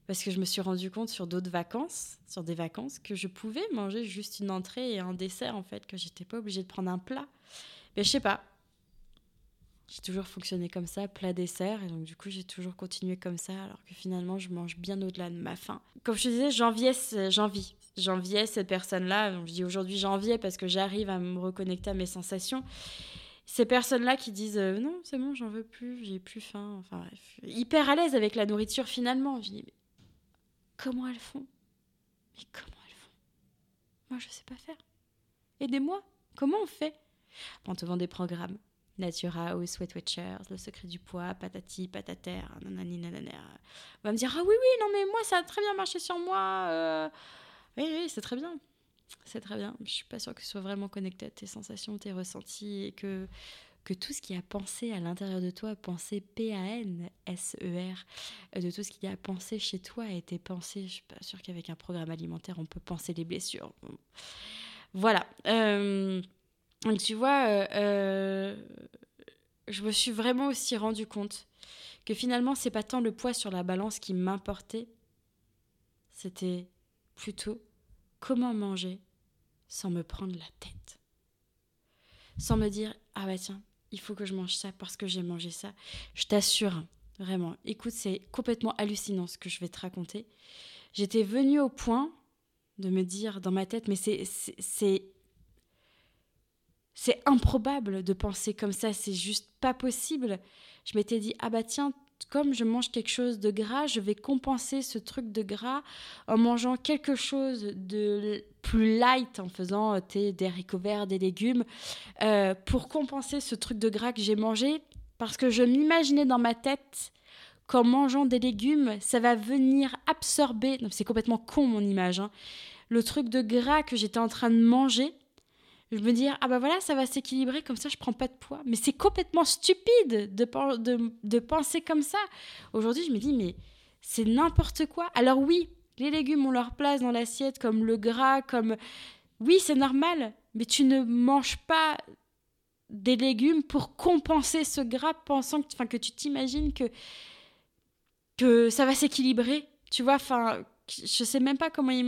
Parce que je me suis rendu compte sur des vacances, que je pouvais manger juste une entrée et un dessert, en fait, que j'étais pas obligée de prendre un plat. Mais je sais pas. J'ai toujours fonctionné comme ça, plat, dessert. Et donc, du coup, j'ai toujours continué comme ça, alors que finalement, je mange bien au-delà de ma faim. Comme je te disais, j'enviais cette personne-là. Donc, je dis aujourd'hui j'enviais parce que j'arrive à me reconnecter à mes sensations. Ces personnes-là qui disent non, c'est bon, j'en veux plus, j'ai plus faim. Enfin bref, hyper à l'aise avec la nourriture finalement. Je dis mais comment elles font? Mais comment elles font? Moi, je sais pas faire. Aidez-moi. Comment on fait? On te vend des programmes. Nature House, Weight Watchers, Le Secret du Poids, patati, patater, nanani, nanana. On va me dire ah oui, oui, non mais moi ça a très bien marché sur moi. Oui, oui, c'est très bien. C'est très bien. Je suis pas sûre que ce soit vraiment connecté à tes sensations, tes ressentis et que tout ce qui a pensé à l'intérieur de toi, pensé P-A-N-S-E-R, de tout ce qu'il y a pensé chez toi a été pensé. Je suis pas sûre qu'avec un programme alimentaire, on peut penser les blessures. Voilà. Donc tu vois, je me suis vraiment aussi rendu compte que finalement, c'est pas tant le poids sur la balance qui m'importait, c'était plutôt comment manger sans me prendre la tête. Sans me dire, ah bah tiens, il faut que je mange ça parce que j'ai mangé ça. Je t'assure, vraiment, écoute, c'est complètement hallucinant ce que je vais te raconter. J'étais venue au point de me dire dans ma tête, mais c'est improbable de penser comme ça, c'est juste pas possible. Je m'étais dit, ah bah tiens, comme je mange quelque chose de gras, je vais compenser ce truc de gras en mangeant quelque chose de plus light, en faisant des haricots verts, des légumes, pour compenser ce truc de gras que j'ai mangé, parce que je m'imaginais dans ma tête qu'en mangeant des légumes, ça va venir absorber, non, c'est complètement con mon image, hein, le truc de gras que j'étais en train de manger. Je me dis, ah bah voilà, ça va s'équilibrer, comme ça je prends pas de poids. Mais c'est complètement stupide de penser comme ça. Aujourd'hui, je me dis, mais c'est n'importe quoi. Alors oui, les légumes ont leur place dans l'assiette, comme le gras, comme... Oui, c'est normal, mais tu ne manges pas des légumes pour compenser ce gras, pensant que tu t'imagines que ça va s'équilibrer. Tu vois, enfin... Je sais même pas comment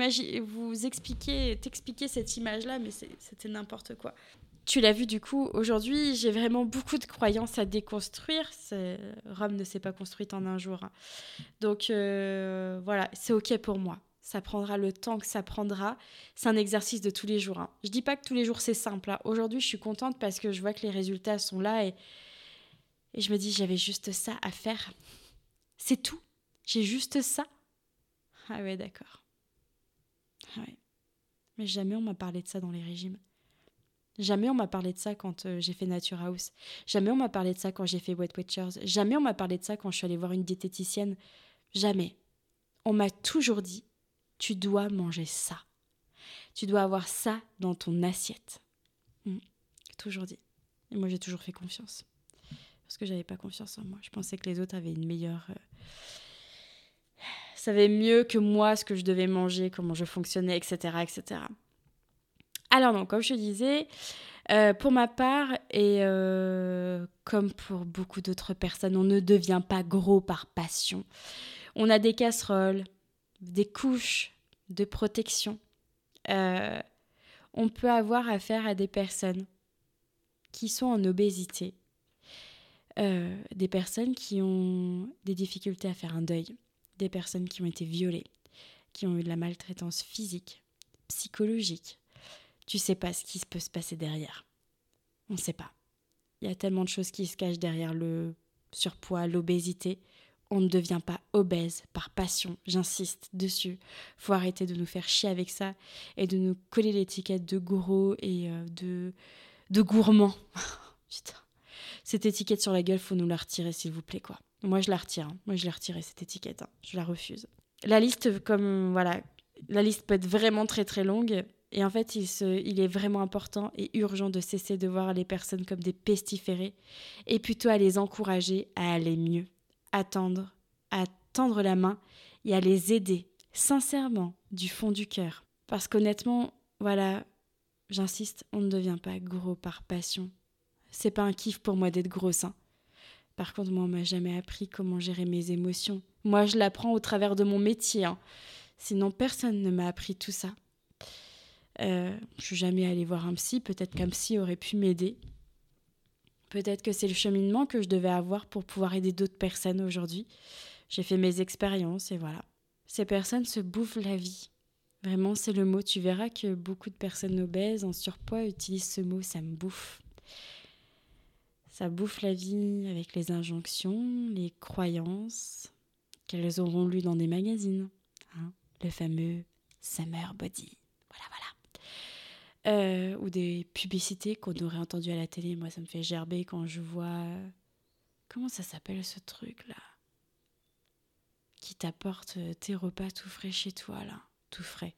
t'expliquer cette image-là, mais c'était n'importe quoi. Tu l'as vu du coup, aujourd'hui, j'ai vraiment beaucoup de croyances à déconstruire. Rome ne s'est pas construite en un jour. Hein. Donc voilà, c'est OK pour moi. Ça prendra le temps que ça prendra. C'est un exercice de tous les jours. Hein. Je dis pas que tous les jours c'est simple. Hein. Aujourd'hui, je suis contente parce que je vois que les résultats sont là et je me dis, j'avais juste ça à faire. C'est tout. J'ai juste ça. Ah ouais, d'accord. Ah ouais. Mais jamais on m'a parlé de ça dans les régimes. Jamais on m'a parlé de ça quand j'ai fait Nature House. Jamais on m'a parlé de ça quand j'ai fait Weight Watchers. Jamais on m'a parlé de ça quand je suis allée voir une diététicienne. Jamais. On m'a toujours dit, tu dois manger ça. Tu dois avoir ça dans ton assiette. Toujours dit. Et moi, j'ai toujours fait confiance. Parce que j'avais pas confiance en moi. Je pensais que les autres avaient une meilleure... savaient mieux que moi ce que je devais manger, comment je fonctionnais, etc. etc. Alors donc, comme je te disais, pour ma part, et comme pour beaucoup d'autres personnes, on ne devient pas gros par passion. On a des casseroles, des couches de protection. On peut avoir affaire à des personnes qui sont en obésité, des personnes qui ont des difficultés à faire un deuil, des personnes qui ont été violées, qui ont eu de la maltraitance physique, psychologique. Tu sais pas ce qui peut se passer derrière. On ne sait pas. Il y a tellement de choses qui se cachent derrière le surpoids, l'obésité. On ne devient pas obèse par passion, j'insiste dessus. Faut arrêter de nous faire chier avec ça et de nous coller l'étiquette de gros et de gourmand. Putain. Cette étiquette sur la gueule, faut nous la retirer s'il vous plaît, quoi. Moi je la retire, hein. Moi je l'ai retirée cette étiquette, hein. Je la refuse. La liste peut être vraiment très très longue. Et en fait, il est vraiment important et urgent de cesser de voir les personnes comme des pestiférés et plutôt à les encourager à aller mieux, à tendre la main et à les aider, sincèrement, du fond du cœur. Parce qu'honnêtement, voilà, j'insiste, on ne devient pas gros par passion. C'est pas un kiff pour moi d'être grosse, hein. Par contre, moi, on m'a jamais appris comment gérer mes émotions Moi, je l'apprends au travers de mon métier, hein. Sinon, personne ne m'a appris tout ça. Je suis jamais allée voir un psy. Peut-être qu'un psy aurait pu m'aider. Peut-être que c'est le cheminement que je devais avoir pour pouvoir aider d'autres personnes aujourd'hui. J'ai fait mes expériences et voilà. Ces personnes se bouffent la vie. Vraiment, c'est le mot. Tu verras que beaucoup de personnes obèses, en surpoids, utilisent ce mot, ça me bouffe. Ça bouffe la vie avec les injonctions, les croyances qu'elles auront lues dans des magazines. Hein, le fameux Summer Body. Voilà. Ou des publicités qu'on aurait entendues à la télé. Moi, ça me fait gerber quand je vois... Comment ça s'appelle ce truc-là ? Qui t'apporte tes repas tout frais chez toi, là. Tout frais.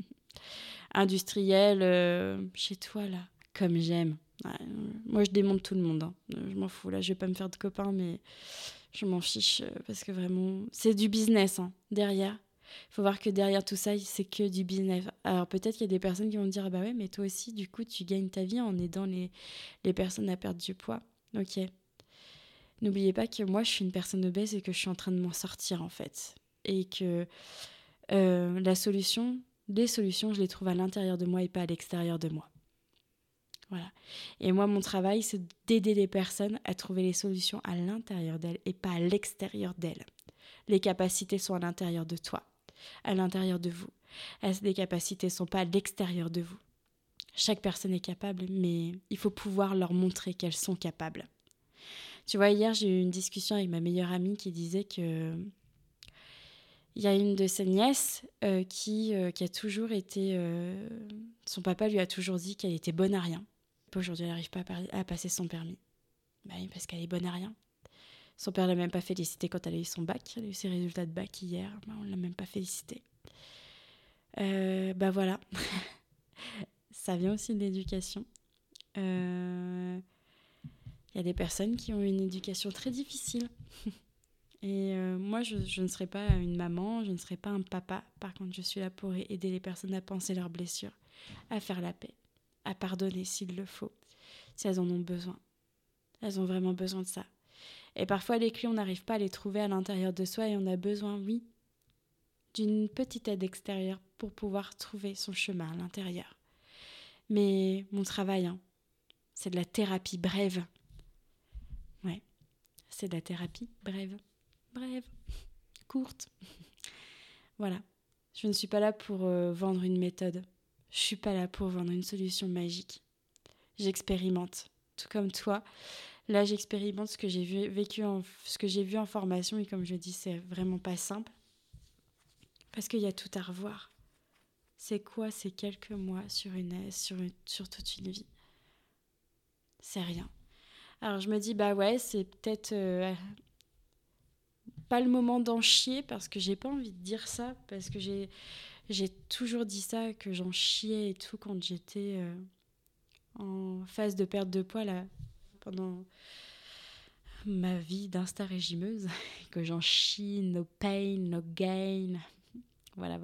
Industriel, chez toi, là. Comme j'aime. Ouais, moi, je démonte tout le monde. Hein. Je m'en fous, là. Je vais pas me faire de copains, mais je m'en fiche. Parce que vraiment, c'est du business, hein, derrière. Il faut voir que derrière tout ça, c'est que du business. Alors, peut-être qu'il y a des personnes qui vont me dire, ah bah ouais, mais toi aussi, du coup, tu gagnes ta vie en aidant les personnes à perdre du poids. Ok. N'oubliez pas que moi, je suis une personne obèse et que je suis en train de m'en sortir, en fait. Et que les solutions, je les trouve à l'intérieur de moi et pas à l'extérieur de moi. Voilà. Et moi, mon travail, c'est d'aider les personnes à trouver les solutions à l'intérieur d'elles et pas à l'extérieur d'elles. Les capacités sont à l'intérieur de toi, à l'intérieur de vous. Les capacités ne sont pas à l'extérieur de vous. Chaque personne est capable, mais il faut pouvoir leur montrer qu'elles sont capables. Tu vois, hier, j'ai eu une discussion avec ma meilleure amie qui disait que il y a une de ses nièces qui a toujours été... son papa lui a toujours dit qu'elle était bonne à rien. Aujourd'hui, elle n'arrive pas à passer son permis. Bah oui, parce qu'elle est bonne à rien. Son père ne l'a même pas félicité quand elle a eu son bac. Elle a eu ses résultats de bac hier. Bah, on ne l'a même pas félicité. Bah voilà. Ça vient aussi de l'éducation. Il y a des personnes qui ont une éducation très difficile. Et moi, je ne serai pas une maman, je ne serai pas un papa. Par contre, je suis là pour aider les personnes à penser leurs blessures, à faire la paix, à pardonner s'il le faut, si elles en ont besoin. Elles ont vraiment besoin de ça. Et parfois, les clés, on n'arrive pas à les trouver à l'intérieur de soi et on a besoin, oui, d'une petite aide extérieure pour pouvoir trouver son chemin à l'intérieur. Mais mon travail, hein, c'est de la thérapie brève. Ouais, c'est de la thérapie brève, courte. Voilà. Je ne suis pas là pour vendre une méthode. Je ne suis pas là pour vendre une solution magique. J'expérimente. Tout comme toi. Là, j'expérimente ce que j'ai vu en formation. Et comme je dis, c'est vraiment pas simple. Parce qu'il y a tout à revoir. C'est quoi ces quelques mois sur toute une vie ? C'est rien. Alors je me dis, bah ouais, c'est peut-être... pas le moment d'en chier parce que j'ai pas envie de dire ça, parce que j'ai toujours dit ça, que j'en chiais et tout quand j'étais en phase de perte de poids là, pendant ma vie d'insta-régimeuse, que j'en chie, no pain, no gain, voilà.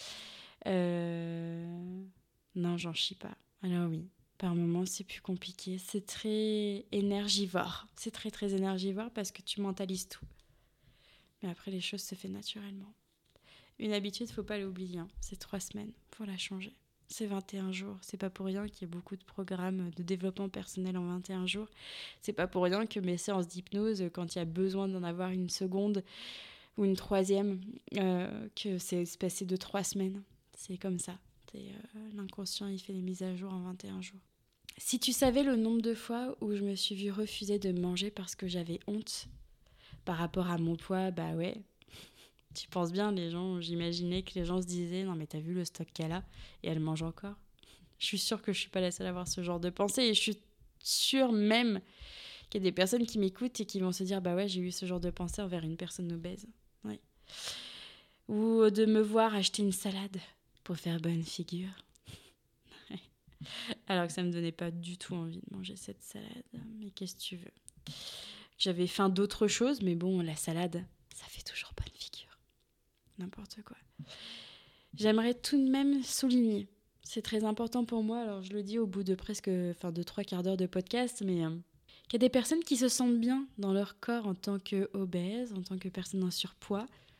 Non, j'en chie pas. Alors oui, par moments c'est plus compliqué, c'est très énergivore, c'est très très énergivore parce que tu mentalises tout. Mais après, les choses se font naturellement. Une habitude, faut pas l'oublier. Hein. C'est 3 semaines pour la changer. C'est 21 jours. C'est pas pour rien qu'il y a beaucoup de programmes de développement personnel en 21 jours. C'est pas pour rien que mes séances d'hypnose, quand il y a besoin d'en avoir une seconde ou une troisième, que c'est espacé de 3 semaines. C'est comme ça. L'inconscient, il fait les mises à jour en 21 jours. Si tu savais le nombre de fois où je me suis vue refuser de manger parce que j'avais honte par rapport à mon poids, bah ouais. Tu penses bien, j'imaginais que les gens se disaient « Non mais t'as vu le stock qu'elle a et elle mange encore ?» Je suis sûre que je suis pas la seule à avoir ce genre de pensée et je suis sûre même qu'il y a des personnes qui m'écoutent et qui vont se dire « Bah ouais, j'ai eu ce genre de pensée envers une personne obèse. » Ouais. Ou de me voir acheter une salade pour faire bonne figure. Alors que ça me donnait pas du tout envie de manger cette salade. Mais qu'est-ce que tu veux ? J'avais faim d'autres choses, mais bon, la salade, ça fait toujours bonne figure. N'importe quoi. J'aimerais tout de même souligner, c'est très important pour moi, alors je le dis au bout de de 3 quarts d'heure de podcast, mais qu'il y a des personnes qui se sentent bien dans leur corps en tant qu'obèses, en tant que personnes en surpoids,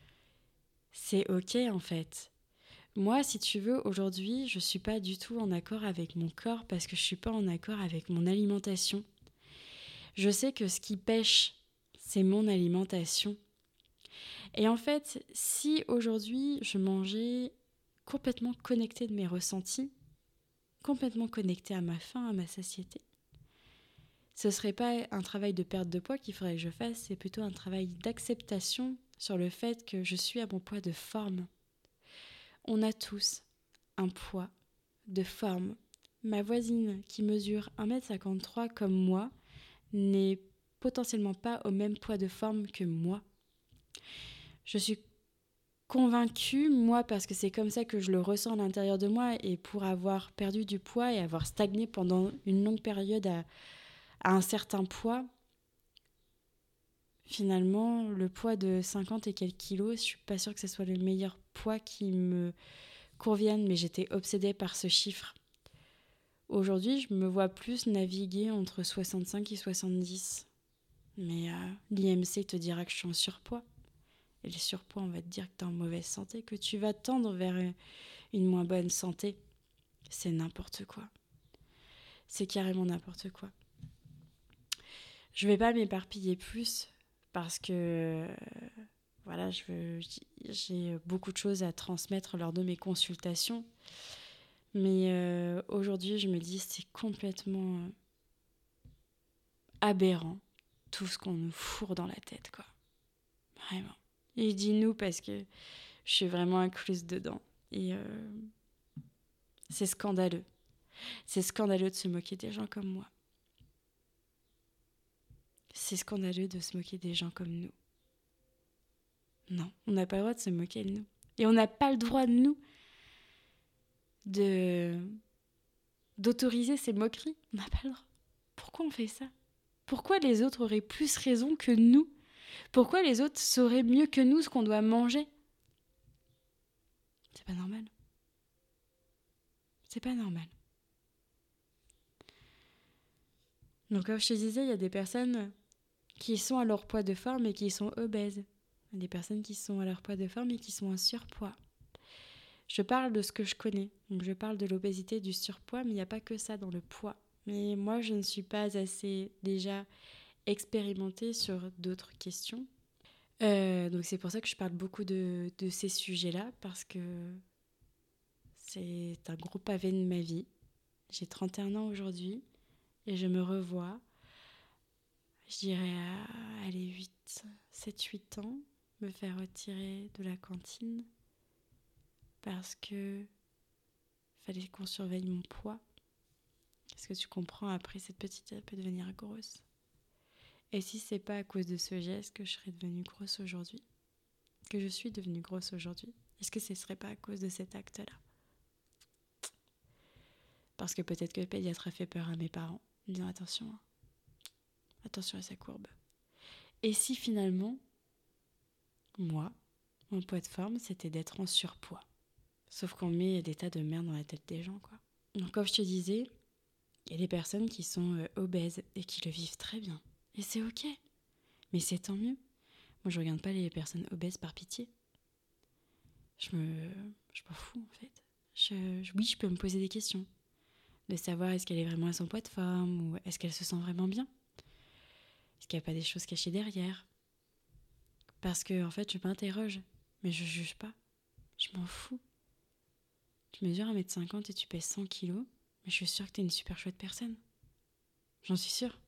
C'est ok en fait. Moi, si tu veux, aujourd'hui, je suis pas du tout en accord avec mon corps parce que je suis pas en accord avec mon alimentation. Je sais que ce qui pêche, c'est mon alimentation. Et en fait, si aujourd'hui je mangeais complètement connectée de mes ressentis, complètement connectée à ma faim, à ma satiété, ce serait pas un travail de perte de poids qu'il faudrait que je fasse, c'est plutôt un travail d'acceptation sur le fait que je suis à mon poids de forme. On a tous un poids de forme. Ma voisine qui mesure 1,53 m comme moi n'est potentiellement pas au même poids de forme que moi. Je suis convaincue, moi, parce que c'est comme ça que je le ressens à l'intérieur de moi, et pour avoir perdu du poids et avoir stagné pendant une longue période à un certain poids, finalement, le poids de 50 et quelques kilos, je suis pas sûre que ce soit le meilleur poids qui me convienne, mais j'étais obsédée par ce chiffre. Aujourd'hui, je me vois plus naviguer entre 65 et 70. Mais l'IMC te dira que je suis en surpoids. Et le surpoids, on va te dire que tu es en mauvaise santé, que tu vas tendre vers une moins bonne santé. C'est n'importe quoi. C'est carrément n'importe quoi. Je vais pas m'éparpiller plus parce que voilà, j'ai beaucoup de choses à transmettre lors de mes consultations. Mais aujourd'hui, je me dis c'est complètement aberrant tout ce qu'on nous fourre dans la tête, quoi. Vraiment. Et je dis nous parce que je suis vraiment incluse dedans. Et c'est scandaleux. C'est scandaleux de se moquer des gens comme moi. C'est scandaleux de se moquer des gens comme nous. Non, on n'a pas le droit de se moquer de nous. Et on n'a pas le droit, nous, d'autoriser ces moqueries. On n'a pas le droit. Pourquoi on fait ça? Pourquoi les autres auraient plus raison que nous? Pourquoi les autres sauraient mieux que nous ce qu'on doit manger? C'est pas normal. C'est pas normal. Donc comme je te disais, il y a des personnes qui sont à leur poids de forme et qui sont obèses. Il y a des personnes qui sont à leur poids de forme et qui sont en surpoids. Je parle de ce que je connais. Donc je parle de l'obésité, du surpoids, mais il n'y a pas que ça dans le poids. Mais moi, je ne suis pas assez déjà expérimentée sur d'autres questions. Donc c'est pour ça que je parle beaucoup de ces sujets-là, parce que c'est un gros pavé de ma vie. J'ai 31 ans aujourd'hui et je me revois, je dirais à 7-8 ans, me faire retirer de la cantine parce que fallait qu'on surveille mon poids. Est-ce que tu comprends, après cette petite, elle peut devenir grosse. Et si c'est pas à cause de ce geste que je serais devenue grosse aujourd'hui, que je suis devenue grosse aujourd'hui, est-ce que ce serait pas à cause de cet acte-là? Parce que peut-être que le pédiatre a fait peur à mes parents, en disant attention à sa courbe. Et si finalement, moi, mon poids de forme, c'était d'être en surpoids. Sauf qu'on met des tas de merde dans la tête des gens, quoi. Donc comme je te disais, il y a des personnes qui sont obèses et qui le vivent très bien. Et c'est ok. Mais c'est tant mieux. Moi, je regarde pas les personnes obèses par pitié. Je m'en fous, en fait. Oui, je peux me poser des questions. De savoir est-ce qu'elle est vraiment à son poids de forme ou est-ce qu'elle se sent vraiment bien. Est-ce qu'il n'y a pas des choses cachées derrière? Parce que, en fait, je m'interroge. Mais je juge pas. Je m'en fous. Tu mesures 1,50 m et tu pèses 100 kg, mais je suis sûre que t'es une super chouette personne. J'en suis sûre.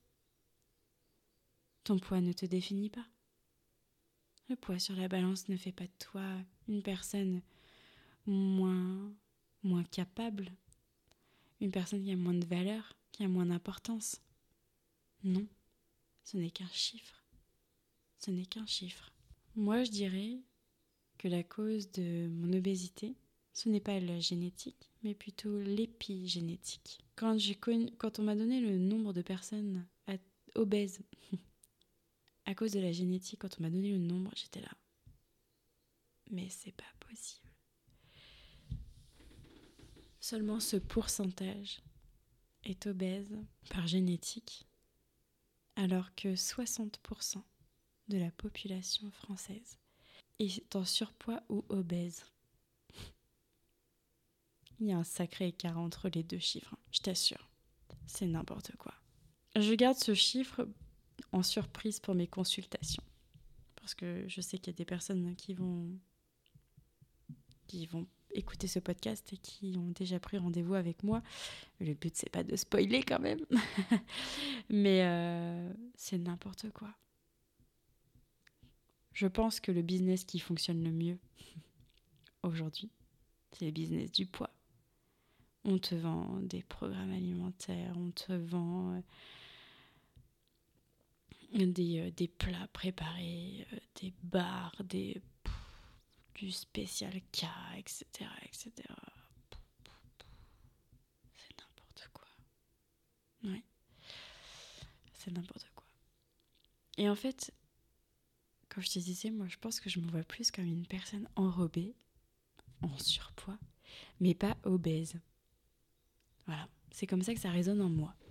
Ton poids ne te définit pas. Le poids sur la balance ne fait pas de toi une personne moins capable, une personne qui a moins de valeur, qui a moins d'importance. Non, ce n'est qu'un chiffre. Ce n'est qu'un chiffre. Moi, je dirais que la cause de mon obésité, ce n'est pas la génétique, mais plutôt l'épigénétique. Quand on m'a donné le nombre de personnes obèses à cause de la génétique, quand on m'a donné le nombre, j'étais là. Mais c'est pas possible. Seulement ce pourcentage est obèse par génétique, alors que 60% de la population française est en surpoids ou obèse. Il y a un sacré écart entre les deux chiffres, je t'assure. C'est n'importe quoi. Je garde ce chiffre en surprise pour mes consultations. Parce que je sais qu'il y a des personnes qui vont écouter ce podcast et qui ont déjà pris rendez-vous avec moi. Le but, c'est pas de spoiler quand même. Mais c'est n'importe quoi. Je pense que le business qui fonctionne le mieux aujourd'hui, c'est le business du poids. On te vend des programmes alimentaires, on te vend des plats préparés, des bars, du spécial K, etc., etc. C'est n'importe quoi. Oui, c'est n'importe quoi. Et en fait, comme je te disais, moi je pense que je me vois plus comme une personne enrobée, en surpoids, mais pas obèse. Voilà, c'est comme ça que ça résonne en moi.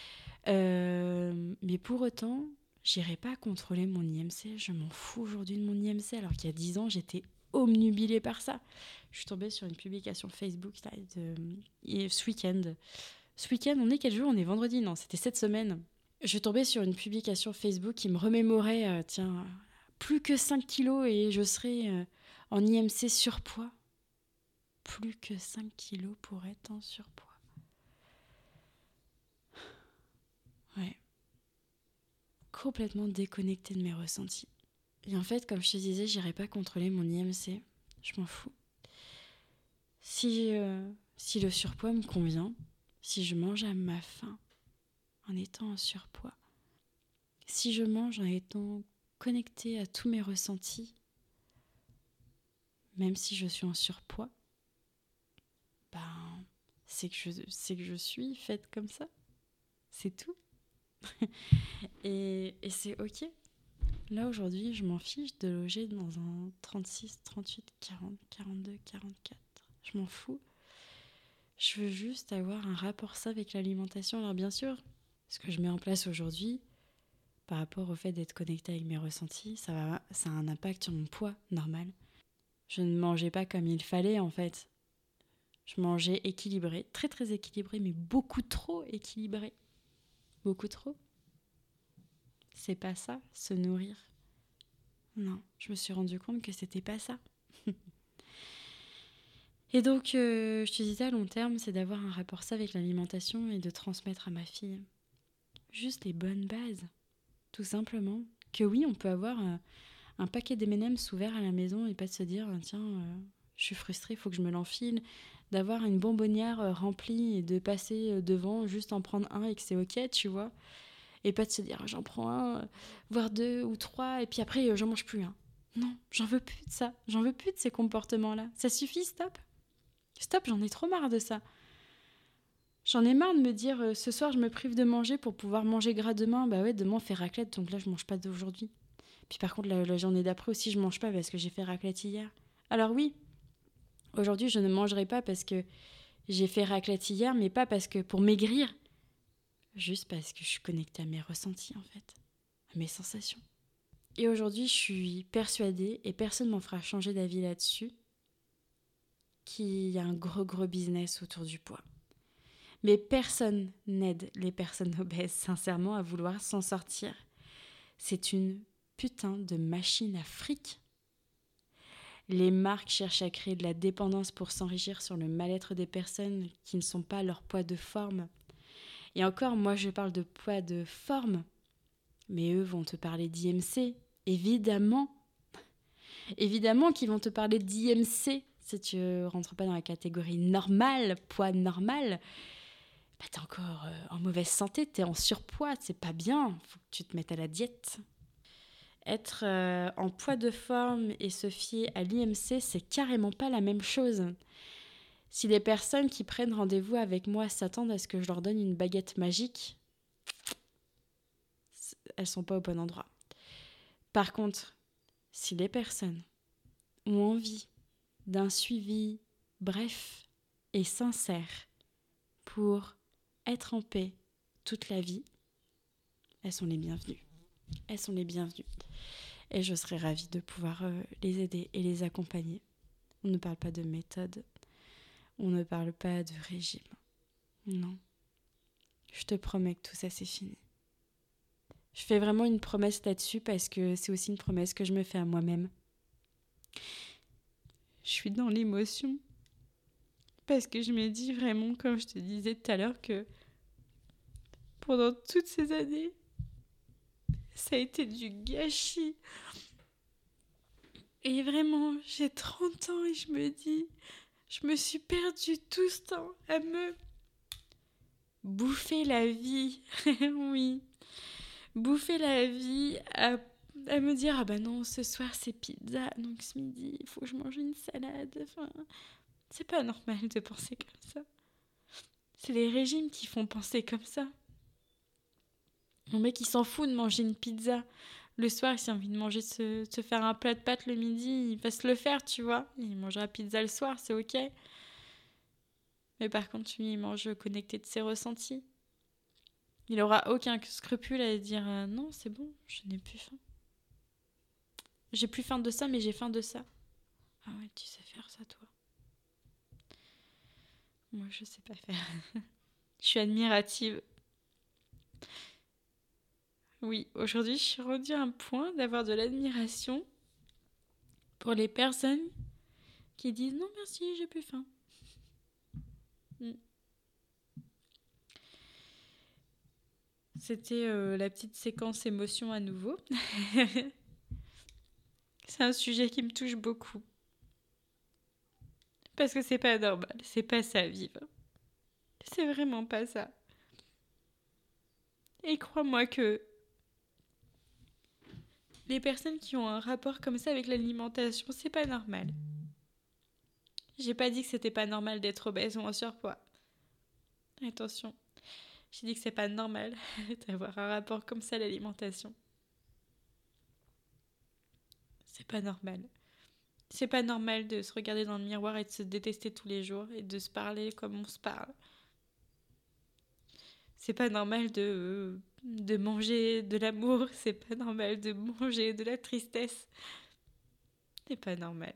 Mais pour autant, j'irai pas contrôler mon IMC. Je m'en fous aujourd'hui de mon IMC, alors qu'il y a 10 ans, j'étais omnubilée par ça. Je suis tombée sur une publication Facebook là, ce week-end. Ce week-end, on est quel jour ? On est vendredi, non, c'était cette semaine. Je suis tombée sur une publication Facebook qui me remémorait, plus que 5 kilos et je serai en IMC surpoids. Plus que 5 kilos pour être en surpoids. Ouais. Complètement déconnectée de mes ressentis. Et en fait, comme je te disais, j'irai pas contrôler mon IMC. Je m'en fous. Si le surpoids me convient, si je mange à ma faim en étant en surpoids, si je mange en étant connectée à tous mes ressentis, même si je suis en surpoids, c'est que je suis faite comme ça. C'est tout. et c'est ok. Là, aujourd'hui, je m'en fiche de loger dans un 36, 38, 40, 42, 44. Je m'en fous. Je veux juste avoir un rapport sain avec l'alimentation. Alors bien sûr, ce que je mets en place aujourd'hui, par rapport au fait d'être connectée avec mes ressentis, ça a un impact sur mon poids normal. Je ne mangeais pas comme il fallait en fait. Je mangeais équilibré, très très équilibré, mais beaucoup trop équilibré. Beaucoup trop. C'est pas ça, se nourrir. Non, je me suis rendu compte que c'était pas ça. Et donc, je te disais à long terme, c'est d'avoir un rapport sain avec l'alimentation et de transmettre à ma fille juste les bonnes bases, tout simplement. Que oui, on peut avoir un paquet d'M&M's ouvert à la maison et pas de se dire, tiens, je suis frustrée, il faut que je me l'enfile. D'avoir une bonbonnière remplie et de passer devant, juste en prendre un et que c'est ok, tu vois. Et pas de se dire, j'en prends un, voire 2 ou 3, et puis après, j'en mange plus un. Non, j'en veux plus de ça. J'en veux plus de ces comportements-là. Ça suffit, stop. Stop, j'en ai trop marre de ça. J'en ai marre de me dire, ce soir, je me prive de manger pour pouvoir manger gras demain. Bah ouais, demain, on fait raclette, donc là, je mange pas d'aujourd'hui. Puis par contre, la journée d'après aussi, je mange pas parce que j'ai fait raclette hier. Alors oui, aujourd'hui, je ne mangerai pas parce que j'ai fait raclette hier, mais pas parce que pour maigrir. Juste parce que je suis connectée à mes ressentis, en fait. À mes sensations. Et aujourd'hui, je suis persuadée, et personne ne m'en fera changer d'avis là-dessus, qu'il y a un gros business autour du poids. Mais personne n'aide les personnes obèses, sincèrement, à vouloir s'en sortir. C'est une putain de machine à fric. Les marques cherchent à créer de la dépendance pour s'enrichir sur le mal-être des personnes qui ne sont pas leur poids de forme. Et encore, moi, je parle de poids de forme, mais eux vont te parler d'IMC, évidemment. Évidemment qu'ils vont te parler d'IMC. Si tu ne rentres pas dans la catégorie normale, poids normal, t'es encore en mauvaise santé, t'es en surpoids, c'est pas bien, faut que tu te mettes à la diète. Être en poids de forme et se fier à l'IMC, c'est carrément pas la même chose. Si les personnes qui prennent rendez-vous avec moi s'attendent à ce que je leur donne une baguette magique, elles sont pas au bon endroit. Par contre, si les personnes ont envie d'un suivi bref et sincère pour être en paix toute la vie, elles sont les bienvenues. Elles sont les bienvenues. Et je serais ravie de pouvoir les aider et les accompagner. On ne parle pas de méthode, on ne parle pas de régime. Non, je te promets que tout ça c'est fini. Je fais vraiment une promesse là-dessus parce que c'est aussi une promesse que je me fais à moi-même. Je suis dans l'émotion parce que je me dis vraiment, comme je te disais tout à l'heure, que pendant toutes ces années, ça a été du gâchis. Et vraiment, j'ai 30 ans et je me dis, je me suis perdue tout ce temps à me bouffer la vie. Oui, bouffer la vie, à me dire, ah bah non, ce soir c'est pizza, donc ce midi, il faut que je mange une salade. Enfin, c'est pas normal de penser comme ça. C'est les régimes qui font penser comme ça. Mon mec, il s'en fout de manger une pizza. Le soir, s'il a envie de manger, de se faire un plat de pâtes le midi, il va se le faire, tu vois. Il mangera pizza le soir, c'est ok. Mais par contre, lui, il mange connecté de ses ressentis. Il aura aucun scrupule à dire non, c'est bon, je n'ai plus faim. J'ai plus faim de ça, mais j'ai faim de ça. Ah ouais, tu sais faire ça, toi. Moi, je sais pas faire. Je suis admirative. Oui, aujourd'hui, je suis rendue à un point d'avoir de l'admiration pour les personnes qui disent non, merci, j'ai plus faim. C'était la petite séquence émotion à nouveau. C'est un sujet qui me touche beaucoup. Parce que c'est pas normal, c'est pas ça vivre. C'est vraiment pas ça. Et crois-moi que les personnes qui ont un rapport comme ça avec l'alimentation, c'est pas normal. J'ai pas dit que c'était pas normal d'être obèse ou en surpoids. Attention, j'ai dit que c'est pas normal d'avoir un rapport comme ça à l'alimentation. C'est pas normal. C'est pas normal de se regarder dans le miroir et de se détester tous les jours et de se parler comme on se parle. C'est pas normal de manger de l'amour, c'est pas normal de manger de la tristesse. C'est pas normal.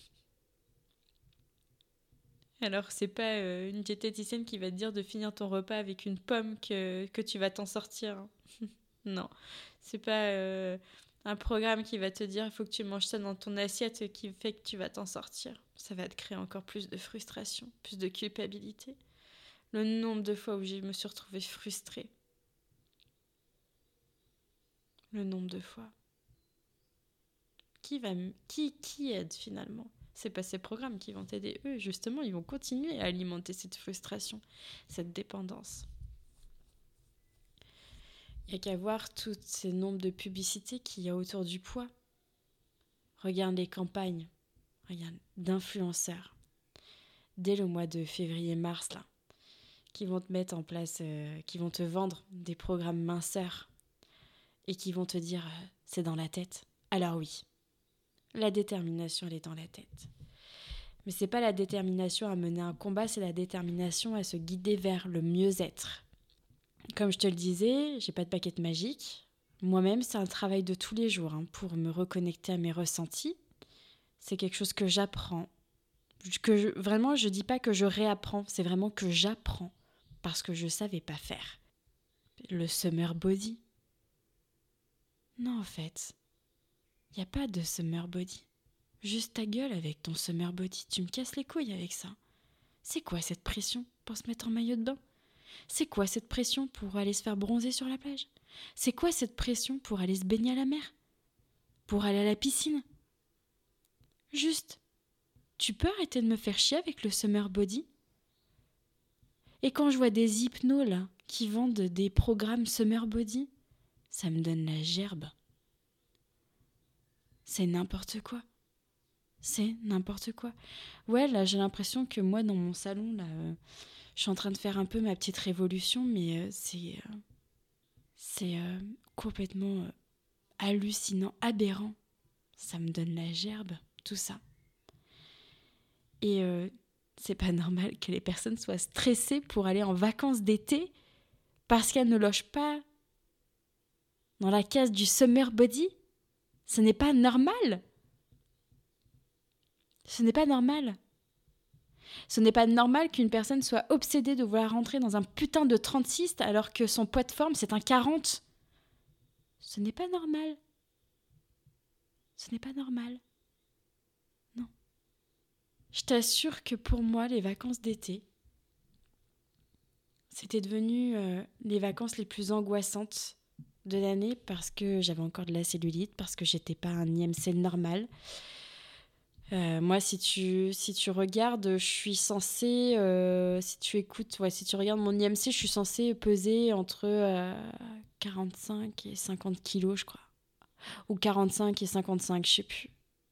Alors c'est pas une diététicienne qui va te dire de finir ton repas avec une pomme que tu vas t'en sortir. Non, c'est pas un programme qui va te dire il faut que tu manges ça dans ton assiette qui fait que tu vas t'en sortir. Ça va te créer encore plus de frustration, plus de culpabilité. Le nombre de fois où je me suis retrouvée frustrée. Le nombre de fois. Qui aide finalement? C'est pas ces programmes qui vont t'aider. Eux, justement, ils vont continuer à alimenter cette frustration, cette dépendance. Il n'y a qu'à voir tout ce nombre de publicités qu'il y a autour du poids. Regarde les campagnes, regarde d'influenceurs. Dès le mois de février-mars, là, qui vont te mettre en place, qui vont te vendre des programmes minceurs et qui vont te dire c'est dans la tête. Alors oui, la détermination, elle est dans la tête. Mais c'est pas la détermination à mener un combat, c'est la détermination à se guider vers le mieux-être. Comme je te le disais, j'ai pas de baguette magique. Moi-même, c'est un travail de tous les jours pour me reconnecter à mes ressentis. C'est quelque chose que j'apprends. Vraiment, je dis pas que je réapprends, c'est vraiment que j'apprends parce que je savais pas faire. Le summer body. Non, en fait, y a pas de summer body. Juste ta gueule avec ton summer body. Tu me casses les couilles avec ça. C'est quoi cette pression pour se mettre en maillot de bain? C'est quoi cette pression pour aller se faire bronzer sur la plage? C'est quoi cette pression pour aller se baigner à la mer? Pour aller à la piscine? Juste, tu peux arrêter de me faire chier avec le summer body? Et quand je vois des hypnos là, qui vendent des programmes summer body, ça me donne la gerbe. C'est n'importe quoi. C'est n'importe quoi. Ouais, là, j'ai l'impression que moi, dans mon salon, là, je suis en train de faire un peu ma petite révolution, mais c'est complètement hallucinant, aberrant. Ça me donne la gerbe, tout ça. Et c'est pas normal que les personnes soient stressées pour aller en vacances d'été parce qu'elles ne logent pas dans la case du summer body. Ce n'est pas normal. Ce n'est pas normal. Ce n'est pas normal qu'une personne soit obsédée de vouloir rentrer dans un putain de 36 alors que son poids de forme, c'est un 40. Ce n'est pas normal. Ce n'est pas normal. Non. Je t'assure que pour moi, les vacances d'été, c'était devenu les vacances les plus angoissantes de l'année parce que j'avais encore de la cellulite, parce que j'étais pas un IMC normal. Moi, si tu regardes, je suis censée, si tu regardes mon IMC, je suis censée peser entre 45 et 50 kilos, je crois. Ou 45 et 55, je sais plus.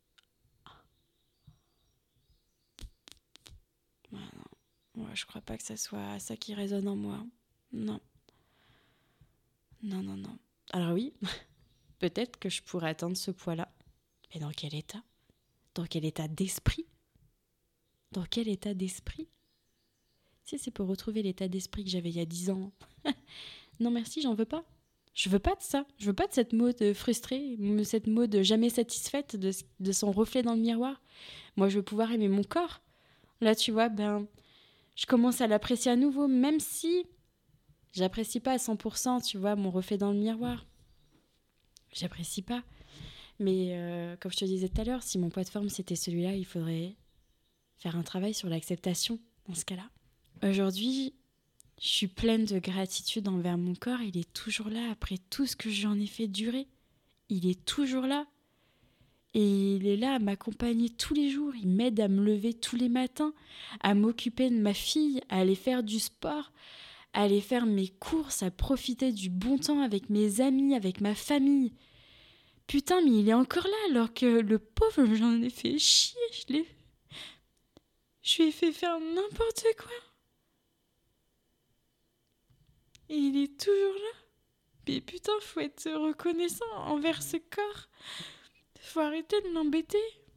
Ouais, non. Ouais, je crois pas que ça soit ça qui résonne en moi. Non. Non, non, non. Alors oui, peut-être que je pourrais atteindre ce poids-là. Mais dans quel état ? Dans quel état d'esprit ? Dans quel état d'esprit ? Si c'est pour retrouver l'état d'esprit que j'avais il y a 10 ans. Non merci, j'en veux pas. Je veux pas de ça. Je veux pas de cette mode frustrée, cette mode jamais satisfaite de son reflet dans le miroir. Moi, je veux pouvoir aimer mon corps. Là, tu vois, je commence à l'apprécier à nouveau, même si j'apprécie pas à 100%, tu vois, mon reflet dans le miroir. J'apprécie pas. Mais comme je te disais tout à l'heure, si mon poids de forme c'était celui-là, il faudrait faire un travail sur l'acceptation dans ce cas-là. Aujourd'hui, je suis pleine de gratitude envers mon corps. Il est toujours là après tout ce que j'en ai fait durer. Il est toujours là. Et il est là à m'accompagner tous les jours. Il m'aide à me lever tous les matins, à m'occuper de ma fille, à aller faire du sport, à aller faire mes courses, à profiter du bon temps avec mes amis, avec ma famille. Putain, mais il est encore là alors que le pauvre, j'en ai fait chier. Je lui ai fait faire n'importe quoi. Et il est toujours là. Mais putain, faut être reconnaissant envers ce corps. Faut arrêter de l'embêter.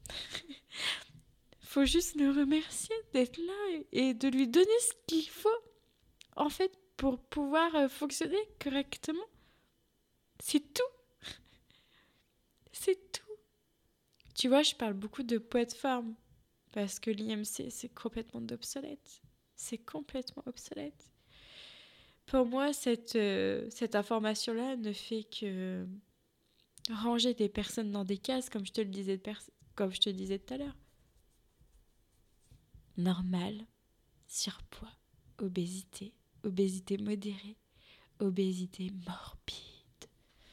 Faut juste le remercier d'être là et de lui donner ce qu'il faut, en fait, pour pouvoir fonctionner correctement. C'est tout. C'est tout. Tu vois, je parle beaucoup de poids de forme parce que l'IMC, c'est complètement obsolète. C'est complètement obsolète. Pour moi, cette information-là ne fait que ranger des personnes dans des cases, comme je te le disais, tout à l'heure. Normal, surpoids, obésité, obésité modérée, obésité morbide.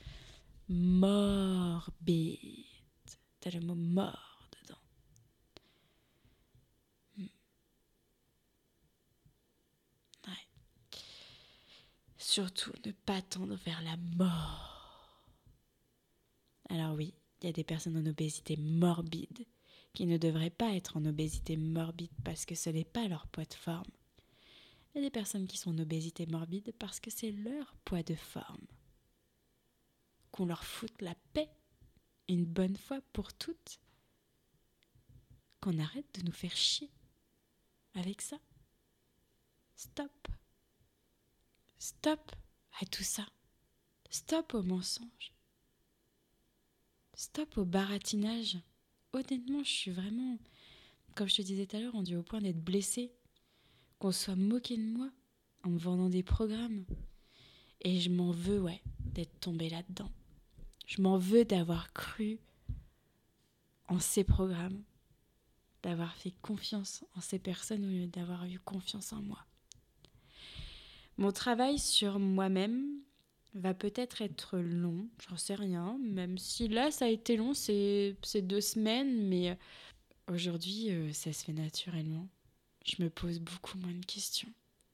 Morbide. T'as le mot mort dedans. Ouais. Surtout ne pas tendre vers la mort. Alors oui, il y a des personnes en obésité morbide qui ne devraient pas être en obésité morbide parce que ce n'est pas leur poids de forme. Il y a des personnes qui sont en obésité morbide parce que c'est leur poids de forme. Qu'on leur foute la paix une bonne fois pour toutes. Qu'on arrête de nous faire chier avec ça. Stop. Stop à tout ça. Stop au mensonge. Stop au baratinage. Honnêtement, je suis vraiment, comme je te disais tout à l'heure, rendue au point d'être blessée. Qu'on soit moqué de moi en me vendant des programmes. Et je m'en veux, d'être tombée là-dedans. Je m'en veux d'avoir cru en ces programmes, d'avoir fait confiance en ces personnes au lieu d'avoir eu confiance en moi. Mon travail sur moi-même va peut-être être long, j'en sais rien, même si là ça a été long, c'est 2 semaines, mais aujourd'hui ça se fait naturellement. Je me pose beaucoup moins de questions.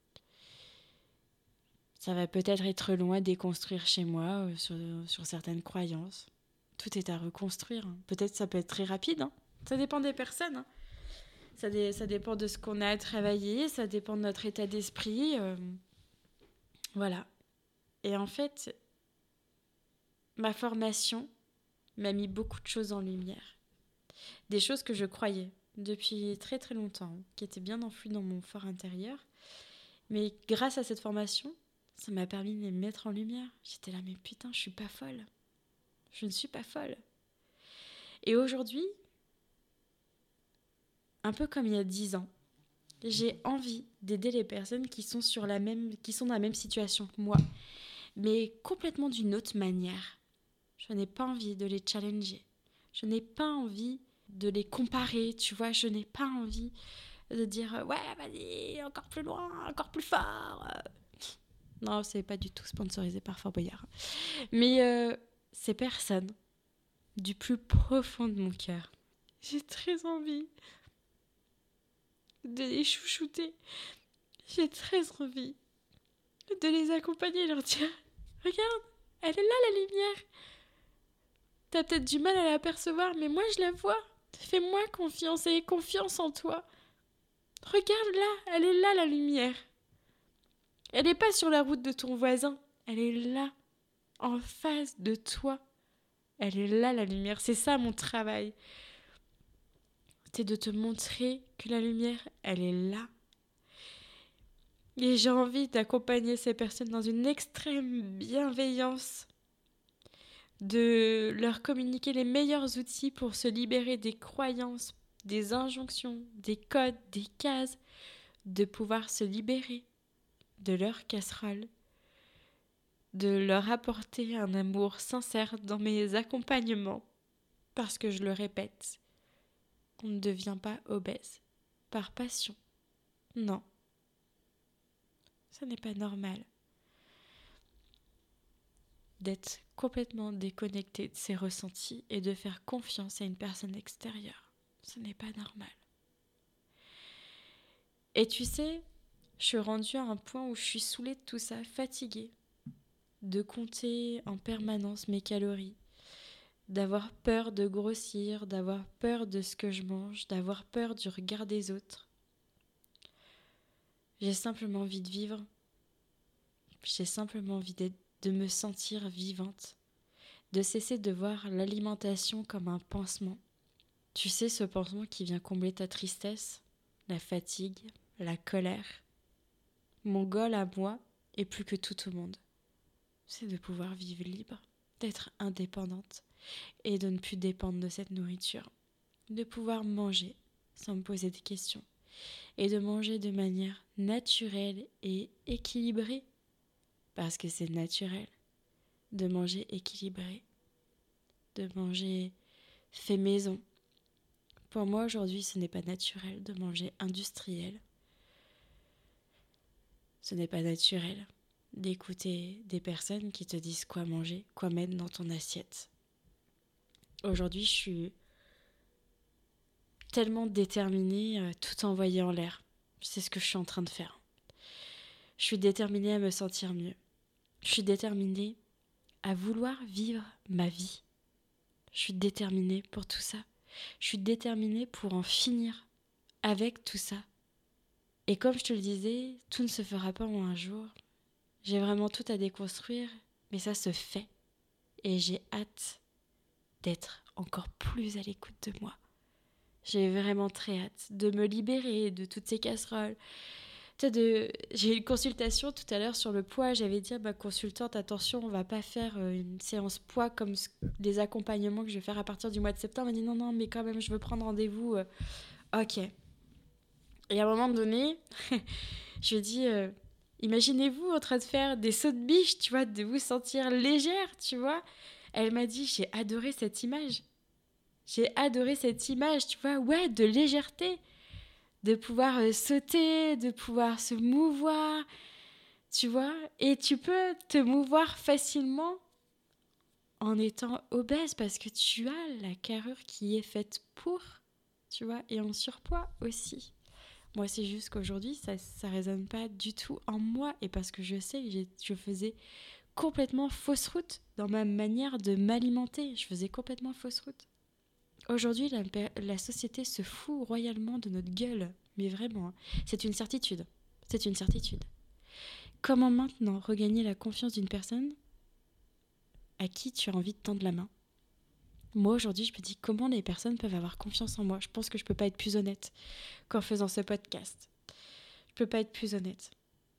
Ça va peut-être être long à déconstruire chez moi sur certaines croyances. Tout est à reconstruire. Peut-être ça peut être très rapide. Ça dépend des personnes. Ça dépend de ce qu'on a à travailler. Ça dépend de notre état d'esprit. Voilà. Et en fait, ma formation m'a mis beaucoup de choses en lumière. Des choses que je croyais depuis très très longtemps, qui étaient bien enfouies dans mon fort intérieur. Mais grâce à cette formation, ça m'a permis de les mettre en lumière. J'étais là, mais putain, je suis pas folle. Je ne suis pas folle. Et aujourd'hui, un peu comme il y a 10 ans, j'ai envie d'aider les personnes qui sont dans la même situation que moi, mais complètement d'une autre manière. Je n'ai pas envie de les challenger. Je n'ai pas envie de les comparer, tu vois. Je n'ai pas envie de dire ouais, vas-y, encore plus loin, encore plus fort. Non, c'est pas du tout sponsorisé par Fort Boyard. Mais ces personnes, du plus profond de mon cœur, j'ai très envie de les chouchouter. J'ai très envie de les accompagner et leur dire regarde, elle est là la lumière. T'as peut-être du mal à l'apercevoir, mais moi je la vois. Fais-moi confiance et aie confiance en toi. Regarde là, elle est là la lumière. Elle n'est pas sur la route de ton voisin, elle est là, en face de toi. Elle est là la lumière, c'est ça mon travail. C'est de te montrer que la lumière, elle est là. Et j'ai envie d'accompagner ces personnes dans une extrême bienveillance, de leur communiquer les meilleurs outils pour se libérer des croyances, des injonctions, des codes, des cases, de pouvoir se libérer de leur casserole, de leur apporter un amour sincère dans mes accompagnements, parce que je le répète, on ne devient pas obèse par passion. Non, ça n'est pas normal d'être complètement déconnecté de ses ressentis et de faire confiance à une personne extérieure. Ce n'est pas normal. Et tu sais, je suis rendue à un point où je suis saoulée de tout ça, fatiguée, de compter en permanence mes calories, d'avoir peur de grossir, d'avoir peur de ce que je mange, d'avoir peur du regard des autres. J'ai simplement envie de vivre. J'ai simplement envie de me sentir vivante, de cesser de voir l'alimentation comme un pansement. Tu sais, ce pansement qui vient combler ta tristesse, la fatigue, la colère. Mon goal à moi, et plus que tout au monde, c'est de pouvoir vivre libre, d'être indépendante et de ne plus dépendre de cette nourriture. De pouvoir manger sans me poser de questions et de manger de manière naturelle et équilibrée, parce que c'est naturel de manger équilibré, de manger fait maison. Pour moi aujourd'hui, ce n'est pas naturel de manger industriel. Ce n'est pas naturel d'écouter des personnes qui te disent quoi manger, quoi mettre dans ton assiette. Aujourd'hui, je suis tellement déterminée à tout envoyer en l'air. C'est ce que je suis en train de faire. Je suis déterminée à me sentir mieux. Je suis déterminée à vouloir vivre ma vie. Je suis déterminée pour tout ça. Je suis déterminée pour en finir avec tout ça. Et comme je te le disais, tout ne se fera pas en un jour. J'ai vraiment tout à déconstruire, mais ça se fait. Et j'ai hâte d'être encore plus à l'écoute de moi. J'ai vraiment très hâte de me libérer de toutes ces casseroles. J'ai eu une consultation tout à l'heure sur le poids. J'avais dit à ma consultante, attention, on va pas faire une séance poids comme les accompagnements que je vais faire à partir du mois de septembre. Elle m'a dit non, mais quand même, je veux prendre rendez-vous. Ok. Et à un moment donné, je lui ai dit, imaginez-vous en train de faire des sauts de biche, tu vois, de vous sentir légère, tu vois. Elle m'a dit, j'ai adoré cette image. J'ai adoré cette image, tu vois, ouais, de légèreté, de pouvoir sauter, de pouvoir se mouvoir, tu vois. Et tu peux te mouvoir facilement en étant obèse parce que tu as la carrure qui est faite pour, tu vois, et en surpoids aussi. Moi, c'est juste qu'aujourd'hui, ça résonne pas du tout en moi et parce que je sais que je faisais complètement fausse route dans ma manière de m'alimenter. Je faisais complètement fausse route. Aujourd'hui, la société se fout royalement de notre gueule. Mais vraiment, c'est une certitude. C'est une certitude. Comment maintenant regagner la confiance d'une personne à qui tu as envie de tendre la main ? Moi, aujourd'hui, je me dis comment les personnes peuvent avoir confiance en moi. Je pense que je peux pas être plus honnête qu'en faisant ce podcast. Je peux pas être plus honnête.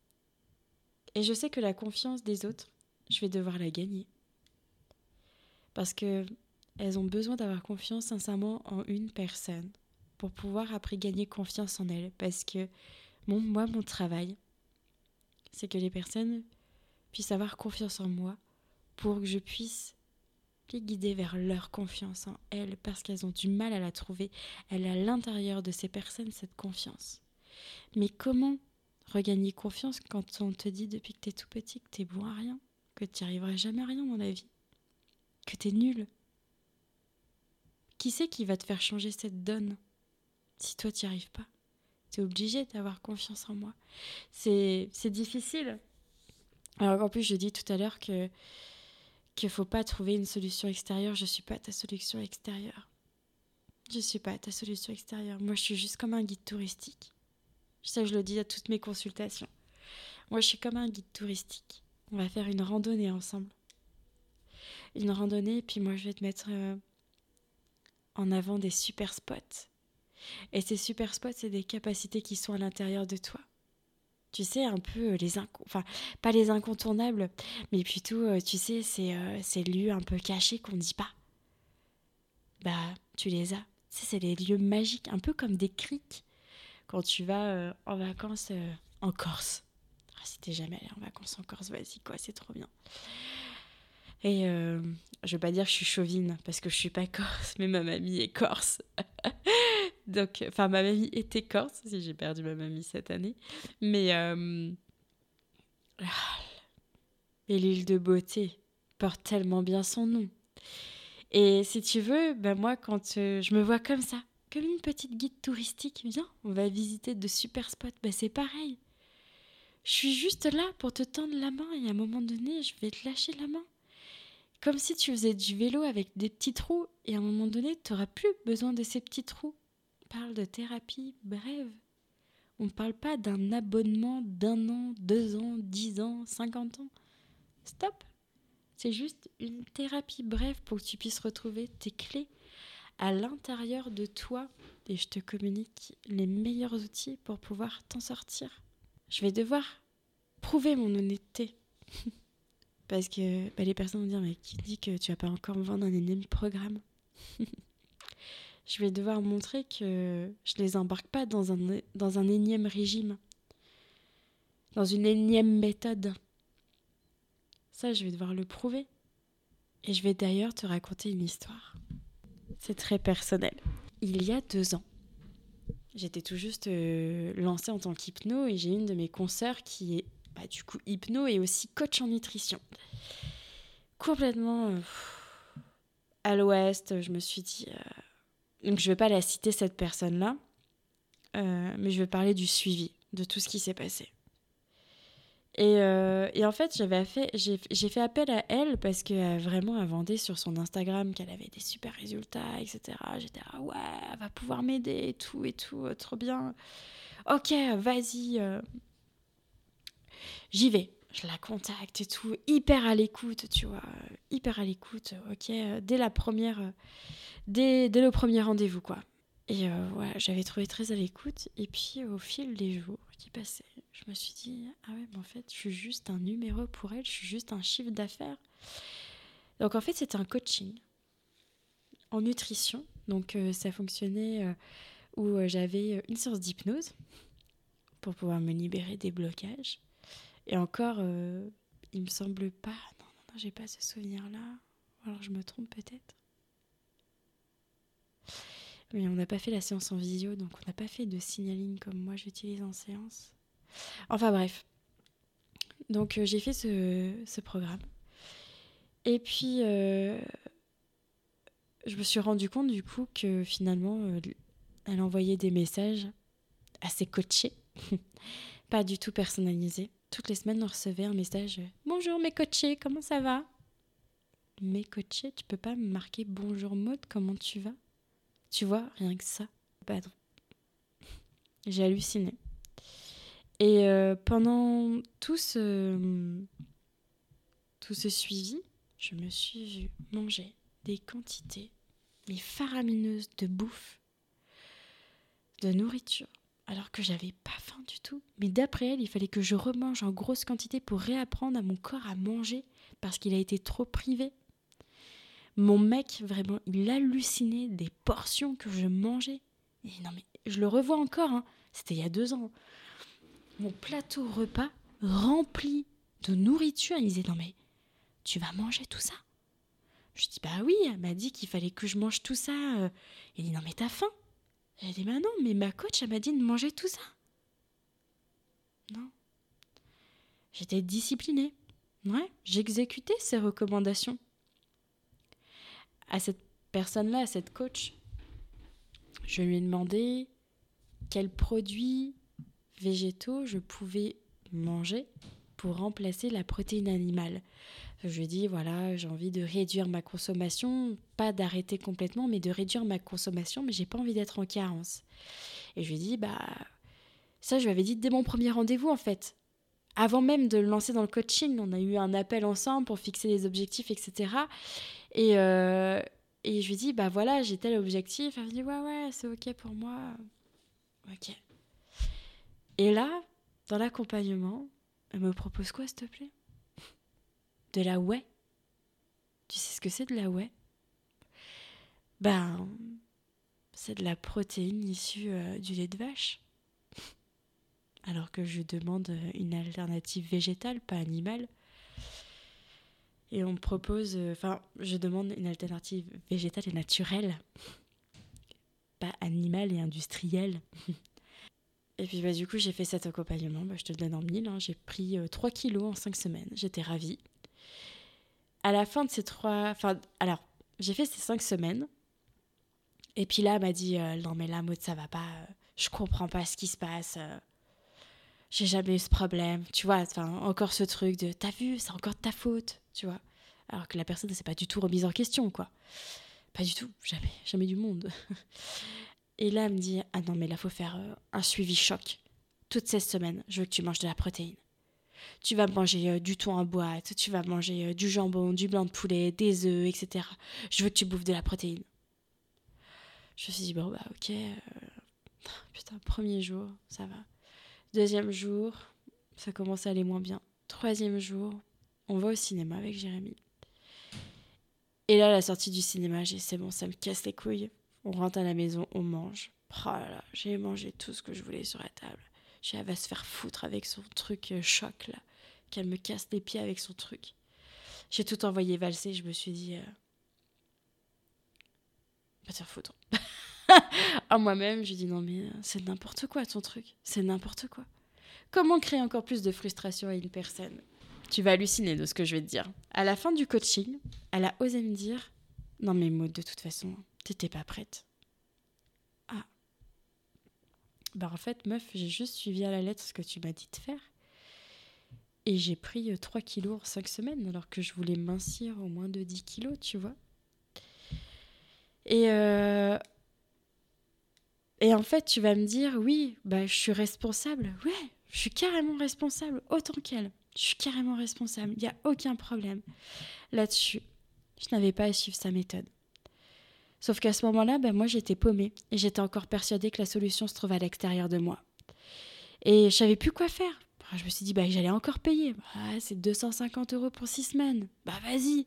Et je sais que la confiance des autres, je vais devoir la gagner. Parce que elles ont besoin d'avoir confiance sincèrement en une personne pour pouvoir après gagner confiance en elles. Parce que moi, mon travail, c'est que les personnes puissent avoir confiance en moi pour que je puisse les guider vers leur confiance en elles parce qu'elles ont du mal à la trouver. Elle est à l'intérieur de ces personnes, cette confiance. Mais comment regagner confiance quand on te dit depuis que t'es tout petit que t'es bon à rien, que tu n'y arriveras jamais à rien dans la vie, que t'es nul? Qui c'est qui va te faire changer cette donne si toi t'y arrives pas? T'es obligé d'avoir confiance en moi. C'est difficile. Alors qu'en plus, je dis tout à l'heure qu'il faut pas trouver une solution extérieure. Je suis pas ta solution extérieure. Je suis pas ta solution extérieure. Moi, je suis juste comme un guide touristique. Ça, je le dis à toutes mes consultations. Moi, je suis comme un guide touristique. On va faire une randonnée ensemble. Une randonnée, puis moi, je vais te mettre en avant des super spots. Et ces super spots, c'est des capacités qui sont à l'intérieur de toi. Tu sais, un peu enfin, pas les incontournables, mais plutôt, tu sais, ces lieux un peu cachés qu'on ne dit pas. Bah, tu les as. Tu sais, c'est les lieux magiques, un peu comme des criques quand tu vas en vacances en Corse. Ah, si t'es jamais allé en vacances en Corse, vas-y, quoi, c'est trop bien. Et je veux pas dire que je suis chauvine, parce que je suis pas corse, mais ma mamie est corse. Donc, enfin, ma mamie était corse, si j'ai perdu ma mamie cette année. Mais et l'île de Beauté porte tellement bien son nom. Et si tu veux, ben moi, quand je me vois comme ça, comme une petite guide touristique, viens, on va visiter de super spots, ben c'est pareil. Je suis juste là pour te tendre la main et à un moment donné, je vais te lâcher la main. Comme si tu faisais du vélo avec des petits trous et à un moment donné, tu n'auras plus besoin de ces petits trous. On parle de thérapie brève. On ne parle pas d'un abonnement d'1 an, 2 ans, 10 ans, 50 ans. Stop. C'est juste une thérapie brève pour que tu puisses retrouver tes clés à l'intérieur de toi et je te communique les meilleurs outils pour pouvoir t'en sortir. Je vais devoir prouver mon honnêteté. Parce que les personnes vont dire, mais qui dit que tu vas pas encore me vendre un énième programme? Je vais devoir montrer que je les embarque pas dans un énième régime, dans une énième méthode. Ça, je vais devoir le prouver. Et je vais d'ailleurs te raconter une histoire. C'est très personnel. Il y a 2 ans, j'étais tout juste lancée en tant qu'hypno et j'ai une de mes consoeurs qui est du coup hypno et aussi coach en nutrition. Complètement à l'ouest, je me suis dit... Donc je ne vais pas la citer cette personne-là, mais je vais parler du suivi, de tout ce qui s'est passé. Et en fait, j'ai fait appel à elle parce que vraiment, elle vendait sur son Instagram qu'elle avait des super résultats, etc. J'étais « Ah ouais, elle va pouvoir m'aider et tout, trop bien. Ok, vas-y, j'y vais. » Je la contacte et tout, hyper à l'écoute, tu vois, hyper à l'écoute, ok, dès le premier rendez-vous, quoi. Et voilà, j'avais trouvé très à l'écoute. Et puis, au fil des jours qui passaient, je me suis dit, ah ouais, mais en fait, je suis juste un numéro pour elle, je suis juste un chiffre d'affaires. Donc, en fait, c'était un coaching en nutrition. Donc, ça fonctionnait où j'avais une séance d'hypnose pour pouvoir me libérer des blocages. Et encore, il me semble pas... Non, j'ai pas ce souvenir-là. Alors, je me trompe peut-être. Mais on n'a pas fait la séance en visio, donc on n'a pas fait de signaling comme moi j'utilise en séance. Enfin bref. Donc j'ai fait ce programme. Et puis je me suis rendu compte du coup que finalement elle envoyait des messages assez coachés, pas du tout personnalisés. Toutes les semaines on recevait un message « Bonjour mes coachés, comment ça va ?» Mes coachés, tu peux pas me marquer « Bonjour Maud, comment tu vas ?» Tu vois, rien que ça. Bah non. J'ai halluciné. Et pendant tout ce suivi, je me suis vue manger des quantités mais faramineuses de bouffe, de nourriture, alors que j'avais pas faim du tout. Mais d'après elle, il fallait que je remange en grosse quantité pour réapprendre à mon corps à manger parce qu'il a été trop privé. Mon mec, vraiment, il hallucinait des portions que je mangeais. Et non mais, je le revois encore, hein. C'était il y a 2 ans. Mon plateau repas rempli de nourriture. Il disait, non mais, tu vas manger tout ça? Je dis, bah oui, elle m'a dit qu'il fallait que je mange tout ça. Il dit, non mais t'as faim? Elle dit, bah non, mais ma coach, elle m'a dit de manger tout ça. Non. J'étais disciplinée. Ouais, j'exécutais ses recommandations. À cette personne-là, à cette coach, je lui ai demandé quels produits végétaux je pouvais manger pour remplacer la protéine animale. Je lui ai dit, voilà, j'ai envie de réduire ma consommation, pas d'arrêter complètement, mais de réduire ma consommation, mais j'ai pas envie d'être en carence. Et je lui ai dit, ça je lui avais dit dès mon premier rendez-vous en fait. Avant même de le lancer dans le coaching, on a eu un appel ensemble pour fixer les objectifs, etc. Et je lui ai dit, voilà, j'ai tel objectif. Elle me dit, ouais, c'est ok pour moi. Ok. Et là, dans l'accompagnement, elle me propose quoi, s'il te plaît? De la whey. Tu sais ce que c'est de la whey? C'est de la protéine issue du lait de vache. Alors que je demande une alternative végétale, pas animale. Et on me propose... je demande une alternative végétale et naturelle. Pas animale et industrielle. Et puis du coup, j'ai fait cet accompagnement. Je te le donne en mille. Hein. J'ai pris 3 kilos en 5 semaines. J'étais ravie. À la fin de ces 3... j'ai fait ces 5 semaines. Et puis là, elle m'a dit, non mais là, Maud, ça va pas. Je comprends pas ce qui se passe. J'ai jamais eu ce problème. Tu vois, encore ce truc de, t'as vu, c'est encore de ta faute. Tu vois. Alors que la personne ne s'est pas du tout remise en question, quoi. Pas du tout. Jamais du monde. Et là, elle me dit, ah non, mais là, faut faire un suivi choc. Toutes ces semaines, je veux que tu manges de la protéine. Tu vas manger du thon en boîte, tu vas manger du jambon, du blanc de poulet, des œufs, etc. Je veux que tu bouffes de la protéine. Je me suis dit, ok. Putain, premier jour, ça va. Deuxième jour, ça commence à aller moins bien. Troisième jour, on va au cinéma avec Jérémy. Et là, à la sortie du cinéma, c'est bon, ça me casse les couilles. On rentre à la maison, on mange. Oh là là, j'ai mangé tout ce que je voulais sur la table. Elle va se faire foutre avec son truc choc, là. Qu'elle me casse les pieds avec son truc. J'ai tout envoyé valser, je me suis dit... va te faire foutre. À moi-même, je dis non mais c'est n'importe quoi ton truc. C'est n'importe quoi. Comment créer encore plus de frustration à une personne? Tu vas halluciner de ce que je vais te dire. À la fin du coaching, elle a osé me dire non mais Maud, de toute façon, t'étais pas prête. Ah. En fait, meuf, j'ai juste suivi à la lettre ce que tu m'as dit de faire. Et j'ai pris 3 kilos en 5 semaines, alors que je voulais mincir au moins de 10 kilos, tu vois. Et en fait, tu vas me dire, oui, je suis responsable. Ouais, je suis carrément responsable, autant qu'elle. Je suis carrément responsable, il n'y a aucun problème là-dessus. Je n'avais pas à suivre sa méthode. Sauf qu'à ce moment-là, moi, j'étais paumée. Et j'étais encore persuadée que la solution se trouvait à l'extérieur de moi. Et je savais plus quoi faire. Je me suis dit, j'allais encore payer. C'est 250 € pour 6 semaines. Vas-y.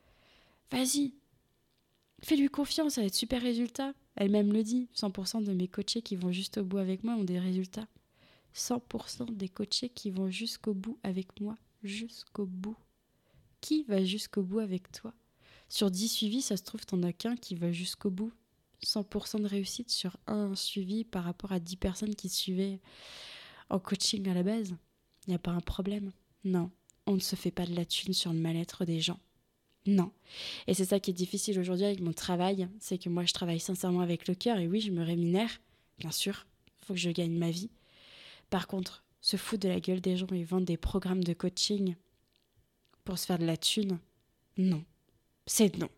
Fais-lui confiance, elle a de super résultats. Elle-même le dit, 100% de mes coachés qui vont juste au bout avec moi ont des résultats. 100% des coachés qui vont jusqu'au bout avec moi. Jusqu'au bout. Qui va jusqu'au bout avec toi? Sur 10 suivis, ça se trouve, t'en as qu'un qui va jusqu'au bout. 100% de réussite sur un suivi par rapport à 10 personnes qui suivaient en coaching à la base. Il n'y a pas un problème. Non, on ne se fait pas de la thune sur le mal-être des gens. Non. Et c'est ça qui est difficile aujourd'hui avec mon travail, c'est que moi je travaille sincèrement avec le cœur et oui, je me rémunère, bien sûr, il faut que je gagne ma vie. Par contre, se foutre de la gueule des gens et vendre des programmes de coaching pour se faire de la thune, non. C'est non.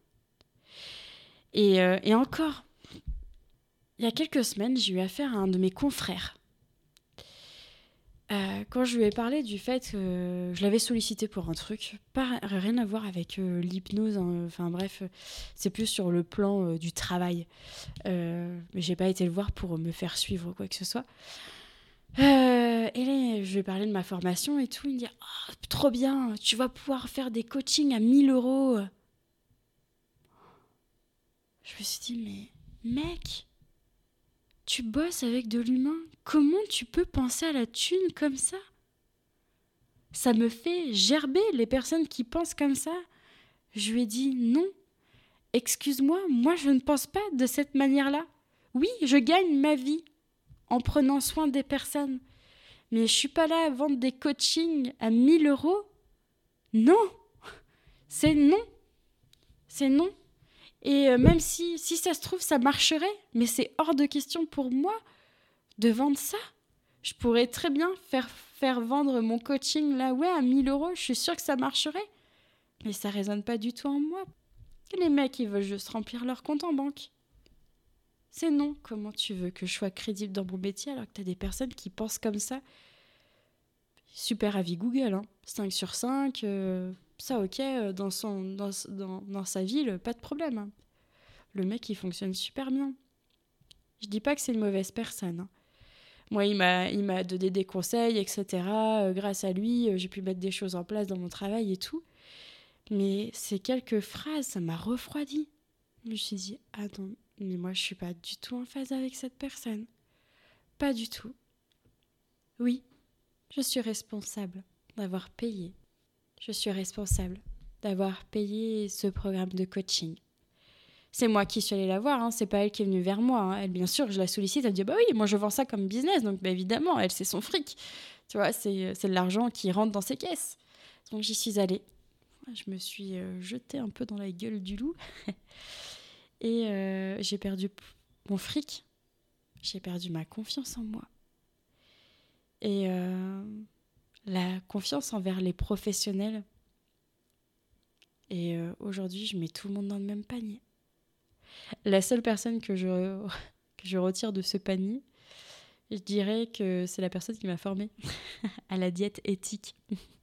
Et encore, il y a quelques semaines, j'ai eu affaire à un de mes confrères. Quand je lui ai parlé du fait que je l'avais sollicité pour un truc, rien à voir avec l'hypnose, bref, c'est plus sur le plan du travail. Mais j'ai pas été le voir pour me faire suivre quoi que ce soit. Et là, je lui ai parlé de ma formation et tout, il me dit « Oh, trop bien, tu vas pouvoir faire des coachings à 1 000 €. » Je me suis dit, mais mec, tu bosses avec de l'humain. Comment tu peux penser à la thune comme ça ? Ça me fait gerber les personnes qui pensent comme ça. Je lui ai dit non. Excuse-moi, moi je ne pense pas de cette manière-là. Oui, je gagne ma vie en prenant soin des personnes. Mais je suis pas là à vendre des coachings à 1 000 €. Non, c'est non. C'est non. Et même si ça se trouve, ça marcherait, mais c'est hors de question pour moi de vendre ça. Je pourrais très bien faire vendre mon coaching là, ouais, à 1 000 €, je suis sûre que ça marcherait. Mais ça résonne pas du tout en moi. Les mecs, ils veulent juste remplir leur compte en banque. C'est non. Comment tu veux que je sois crédible dans mon métier alors que t'as des personnes qui pensent comme ça ? Super avis Google, hein. 5 sur 5, ça ok, dans sa ville, pas de problème. Hein. Le mec, il fonctionne super bien. Je dis pas que c'est une mauvaise personne. Hein. Moi, il m'a donné des conseils, etc. Grâce à lui, j'ai pu mettre des choses en place dans mon travail et tout. Mais ces quelques phrases, ça m'a refroidi. Je me suis dit, attends, mais moi, je suis pas du tout en phase avec cette personne. Pas du tout. Oui, je suis responsable d'avoir payé. Je suis responsable d'avoir payé ce programme de coaching. C'est moi qui suis allée la voir, hein. C'est pas elle qui est venue vers moi. Hein. Elle, bien sûr, je la sollicite, elle me dit bah oui, moi je vends ça comme business, donc bah, évidemment, elle, c'est son fric. Tu vois, c'est de l'argent qui rentre dans ses caisses. Donc j'y suis allée. Je me suis jetée un peu dans la gueule du loup et j'ai perdu mon fric. J'ai perdu ma confiance en moi. Et la confiance envers les professionnels. Et aujourd'hui, je mets tout le monde dans le même panier. La seule personne que je retire de ce panier, je dirais que c'est la personne qui m'a formée à la diète éthique.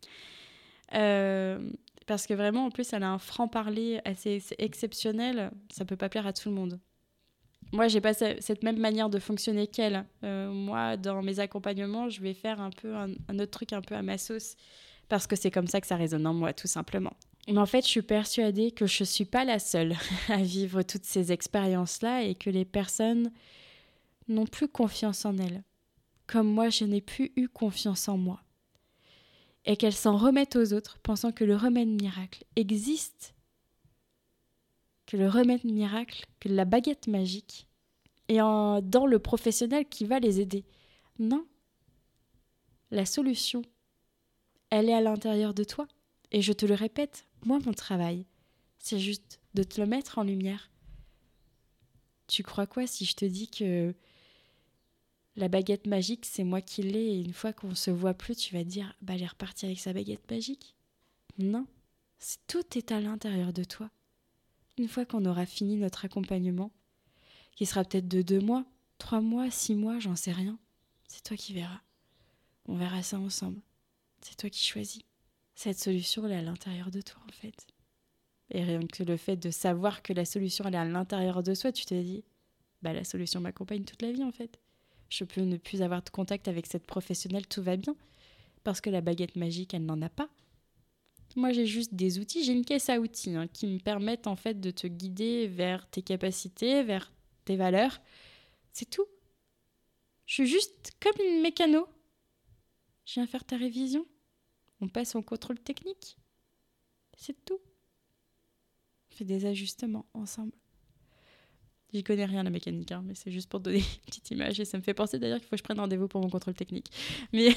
Parce que vraiment, en plus, elle a un franc-parler assez exceptionnel. Ça peut pas plaire à tout le monde. Moi, j'ai pas cette même manière de fonctionner qu'elle. Moi, dans mes accompagnements, je vais faire un peu un autre truc un peu à ma sauce. Parce que c'est comme ça que ça résonne en moi, tout simplement. Mais en fait, je suis persuadée que je ne suis pas la seule à vivre toutes ces expériences-là et que les personnes n'ont plus confiance en elles. Comme moi, je n'ai plus eu confiance en moi. Et qu'elles s'en remettent aux autres, pensant que le remède miracle existe. Que le remède miracle, que la baguette magique est dans le professionnel qui va les aider. Non. La solution, elle est à l'intérieur de toi. Et je te le répète, moi, mon travail, c'est juste de te le mettre en lumière. Tu crois quoi si je te dis que la baguette magique, c'est moi qui l'ai et une fois qu'on se voit plus, tu vas te dire, bah, elle est repartie avec sa baguette magique ? Non, tout est à l'intérieur de toi. Une fois qu'on aura fini notre accompagnement, qui sera peut-être de 2 mois, 3 mois, 6 mois, j'en sais rien, c'est toi qui verras. On verra ça ensemble. C'est toi qui choisis. Cette solution, elle est à l'intérieur de toi, en fait. Et rien que le fait de savoir que la solution, elle est à l'intérieur de soi, tu te dis, bah, la solution m'accompagne toute la vie, en fait. Je peux ne plus avoir de contact avec cette professionnelle, tout va bien. Parce que la baguette magique, elle n'en a pas. Moi, j'ai juste des outils, j'ai une caisse à outils qui me permettent, en fait, de te guider vers tes capacités, vers tes valeurs. C'est tout. Je suis juste comme une mécano. Je viens faire ta révision. On passe au contrôle technique. C'est tout. On fait des ajustements ensemble. J'y connais rien la mécanique, mais c'est juste pour donner une petite image. Et ça me fait penser d'ailleurs qu'il faut que je prenne rendez-vous pour mon contrôle technique. Mais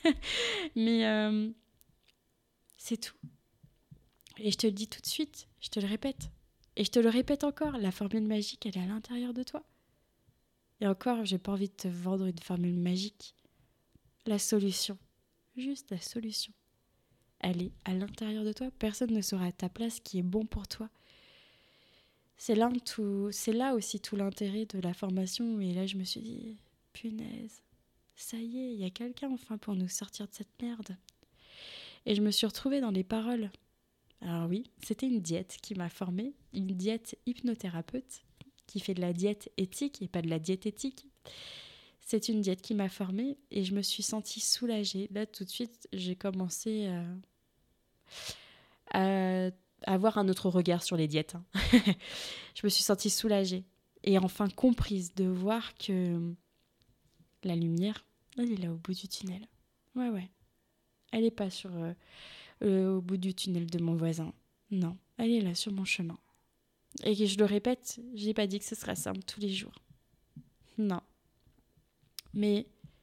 c'est tout. Et je te le dis tout de suite, je te le répète. Et je te le répète encore, la formule magique, elle est à l'intérieur de toi. Et encore, j'ai pas envie de te vendre une formule magique. La solution, juste la solution, elle est à l'intérieur de toi. Personne ne saura à ta place ce qui est bon pour toi. C'est là aussi tout l'intérêt de la formation. Et là, je me suis dit, punaise, ça y est, il y a quelqu'un enfin pour nous sortir de cette merde. Et je me suis retrouvée dans les paroles. Alors oui, c'était une diète qui m'a formée, une diète hypnothérapeute qui fait de la diète éthique et pas de la diététique. C'est une diète qui m'a formée et je me suis sentie soulagée. Là, tout de suite, j'ai commencé à avoir un autre regard sur les diètes. Je me suis sentie soulagée et enfin comprise de voir que la lumière, elle est là au bout du tunnel. Ouais. Elle n'est pas au bout du tunnel de mon voisin. Non, elle est là sur mon chemin. Et que je le répète, j'ai pas dit que ce sera simple tous les jours. Non. Mais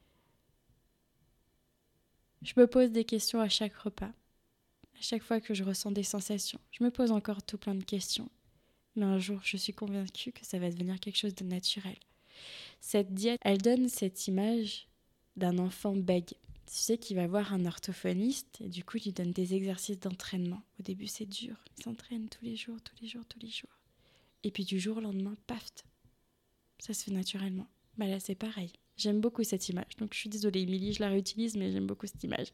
je me pose des questions à chaque repas. À chaque fois que je ressens des sensations, je me pose encore tout plein de questions. Mais un jour, je suis convaincue que ça va devenir quelque chose de naturel. Cette diète, elle donne cette image d'un enfant bègue. Tu sais qu'il va voir un orthophoniste et du coup, il lui donne des exercices d'entraînement. Au début, c'est dur. Il s'entraîne tous les jours. Et puis du jour au lendemain, paf, ça se fait naturellement. Bah là, c'est pareil. J'aime beaucoup cette image. Donc, je suis désolée, Émilie, je la réutilise, mais j'aime beaucoup cette image.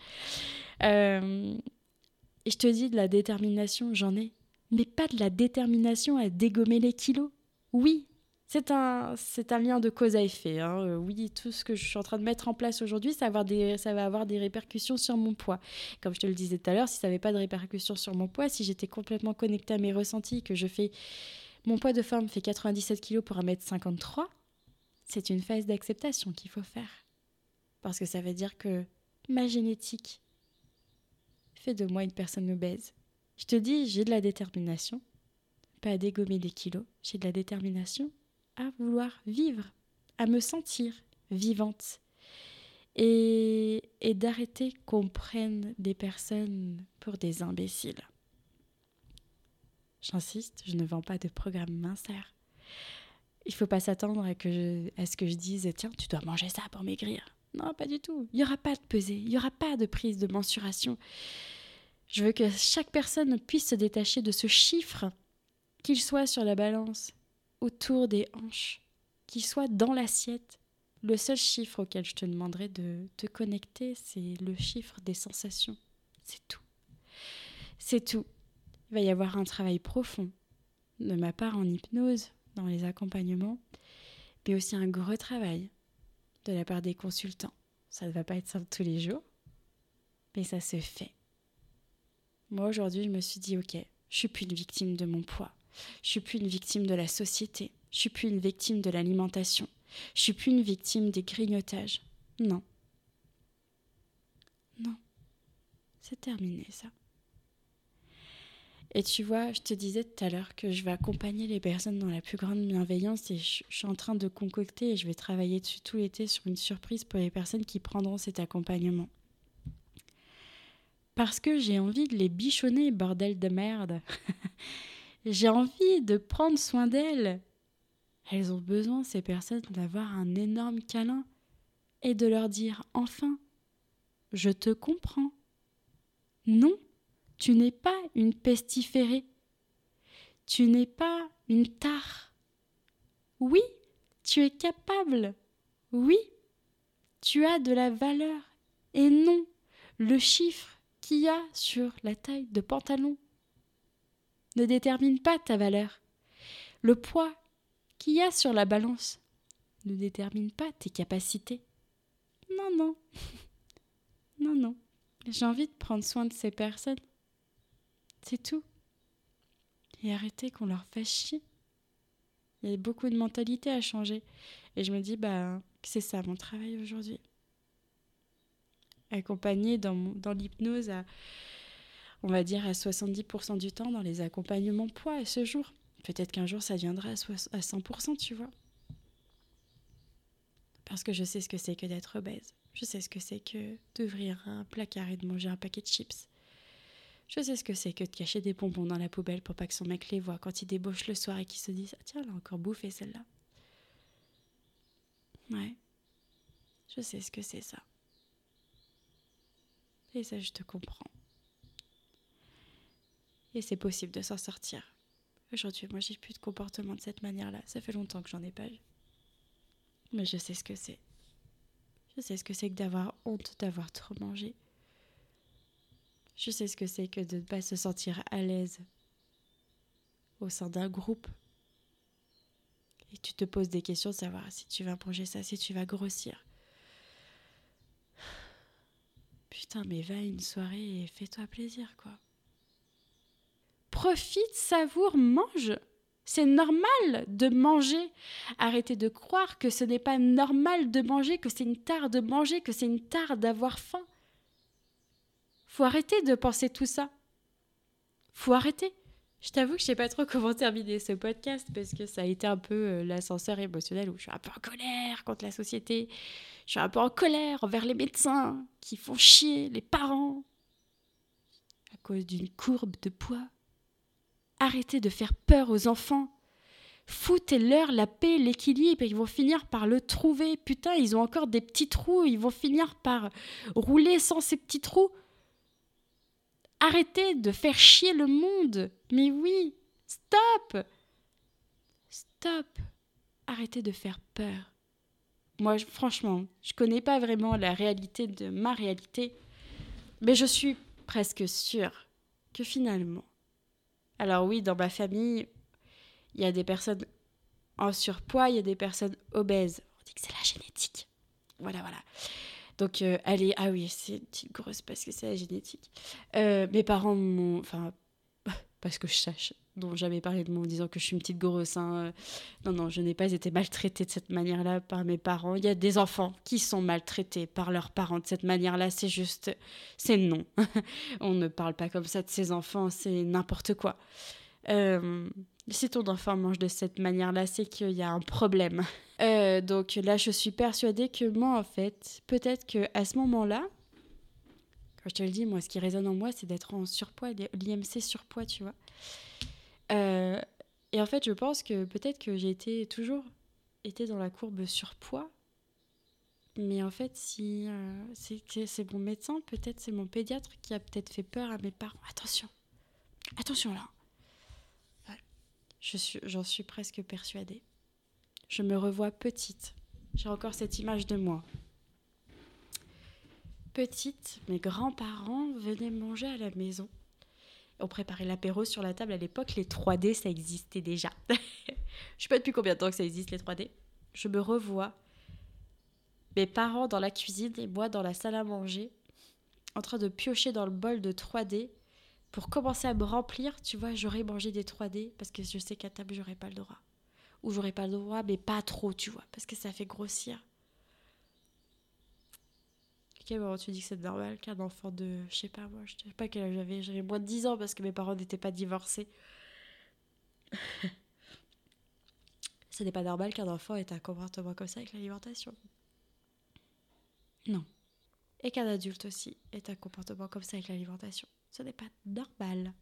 Et je te dis, de la détermination, j'en ai. Mais pas de la détermination à dégommer les kilos. Oui, c'est un lien de cause à effet. Oui, tout ce que je suis en train de mettre en place aujourd'hui, ça va avoir des répercussions sur mon poids. Comme je te le disais tout à l'heure, si ça n'avait pas de répercussions sur mon poids, si j'étais complètement connectée à mes ressentis, que mon poids de femme fait 97 kg pour 1m53, c'est une phase d'acceptation qu'il faut faire. Parce que ça veut dire que ma génétique fait de moi une personne obèse. Je te dis, j'ai de la détermination, pas à dégommer des kilos, j'ai de la détermination à vouloir vivre, à me sentir vivante et d'arrêter qu'on prenne des personnes pour des imbéciles. J'insiste, je ne vends pas de programme minceur. Il ne faut pas s'attendre à ce que je dise « Tiens, tu dois manger ça pour maigrir ». Non, pas du tout. Il n'y aura pas de pesée, il n'y aura pas de prise de mensuration. Je veux que chaque personne puisse se détacher de ce chiffre, qu'il soit sur la balance, autour des hanches, qu'il soit dans l'assiette. Le seul chiffre auquel je te demanderai de te connecter, c'est le chiffre des sensations. C'est tout. C'est tout. Il va y avoir un travail profond de ma part en hypnose, dans les accompagnements, mais aussi un gros travail de la part des consultants. Ça ne va pas être simple tous les jours, mais ça se fait. Moi, aujourd'hui, je me suis dit, ok, je suis plus une victime de mon poids. Je suis plus une victime de la société. Je suis plus une victime de l'alimentation. Je suis plus une victime des grignotages. Non. Non. C'est terminé, ça. Et tu vois, je te disais tout à l'heure que je vais accompagner les personnes dans la plus grande bienveillance et je suis en train de concocter et je vais travailler dessus tout l'été sur une surprise pour les personnes qui prendront cet accompagnement. Parce que j'ai envie de les bichonner, bordel de merde. J'ai envie de prendre soin d'elles. Elles ont besoin, ces personnes, d'avoir un énorme câlin et de leur dire « Enfin, je te comprends. Non, tu n'es pas une pestiférée. Tu n'es pas une tare. Oui, tu es capable. Oui, tu as de la valeur. Et non, le chiffre qu'il y a sur la taille de pantalon ne détermine pas ta valeur. Le poids qu'il y a sur la balance ne détermine pas tes capacités. Non, non. Non, non. J'ai envie de prendre soin de ces personnes. C'est tout. Et arrêter qu'on leur fasse chier. Il y a beaucoup de mentalité à changer. Et je me dis, que c'est ça mon travail aujourd'hui. Accompagner dans l'hypnose on va dire à 70% du temps dans les accompagnements poids à ce jour. Peut-être qu'un jour ça viendra à 100%, tu vois. Parce que je sais ce que c'est que d'être obèse. Je sais ce que c'est que d'ouvrir un placard et de manger un paquet de chips. Je sais ce que c'est que de cacher des bonbons dans la poubelle pour pas que son mec les voie quand il débauche le soir et qu'il se dise « Ah tiens, elle a encore bouffé celle-là. » Ouais, je sais ce que c'est ça. Et ça, je te comprends. Et c'est possible de s'en sortir. Aujourd'hui, moi, j'ai plus de comportement de cette manière-là. Ça fait longtemps que j'en ai pas eu. Mais je sais ce que c'est. Je sais ce que c'est que d'avoir honte d'avoir trop mangé. Je sais ce que c'est que de ne pas se sentir à l'aise au sein d'un groupe. Et tu te poses des questions de savoir si tu vas manger ça, si tu vas grossir. Putain, mais va à une soirée et fais-toi plaisir, quoi. profite, savoure, mange. C'est normal de manger. Arrêtez de croire que ce n'est pas normal de manger, que c'est une tare de manger, que c'est une tare d'avoir faim. Faut arrêter de penser tout ça. Faut arrêter. Je t'avoue que je sais pas trop comment terminer ce podcast parce que ça a été un peu l'ascenseur émotionnel où je suis un peu en colère contre la société. Je suis un peu en colère envers les médecins qui font chier les parents à cause d'une courbe de poids. Arrêtez de faire peur aux enfants. Foutez-leur la paix, l'équilibre, ils vont finir par le trouver. Putain, ils ont encore des petits trous, ils vont finir par rouler sans ces petits trous. Arrêtez de faire chier le monde. Mais oui, stop. Stop. Arrêtez de faire peur. Moi, franchement, je connais pas vraiment la réalité de ma réalité, mais je suis presque sûre que finalement, alors oui, dans ma famille, il y a des personnes en surpoids, il y a des personnes obèses. On dit que c'est la génétique. Voilà. Donc, ah oui, c'est une petite grosse parce que c'est la génétique. Mes parents m'ont... Enfin, parce que je sache, dont j'avais parlé de moi en disant que je suis une petite grosse. Non, je n'ai pas été maltraitée de cette manière-là par mes parents. Il y a des enfants qui sont maltraités par leurs parents de cette manière-là. C'est juste... C'est non. On ne parle pas comme ça de ses enfants. C'est n'importe quoi. Si ton enfant mange de cette manière-là, c'est qu'il y a un problème. Donc là, je suis persuadée que moi, en fait, peut-être qu'à ce moment-là, quand je te le dis, moi, ce qui résonne en moi, c'est d'être en surpoids, l'IMC surpoids, tu vois. Et en fait, je pense que peut-être que j'ai toujours été dans la courbe surpoids. Mais en fait, si c'est mon médecin, peut-être c'est mon pédiatre qui a peut-être fait peur à mes parents. Attention là. J'en suis presque persuadée. Je me revois petite. J'ai encore cette image de moi. Petite, mes grands-parents venaient manger à la maison. On préparait l'apéro sur la table. À l'époque, les 3D, ça existait déjà. Je sais pas depuis combien de temps que ça existe, les 3D. Je me revois, mes parents dans la cuisine et moi dans la salle à manger, en train de piocher dans le bol de 3D pour commencer à me remplir. Tu vois, j'aurais mangé des 3D parce que je sais qu'à table, j'aurais pas le droit. Ou j'aurais pas le droit, mais pas trop, tu vois, parce que ça fait grossir. À quel moment tu dis que c'est normal qu'un enfant de... Je sais pas, moi, je sais pas quel âge j'avais moins de 10 ans parce que mes parents n'étaient pas divorcés. Ce n'est pas normal qu'un enfant ait un comportement comme ça avec l'alimentation. Non. Et qu'un adulte aussi ait un comportement comme ça avec l'alimentation. Ce n'est pas normal.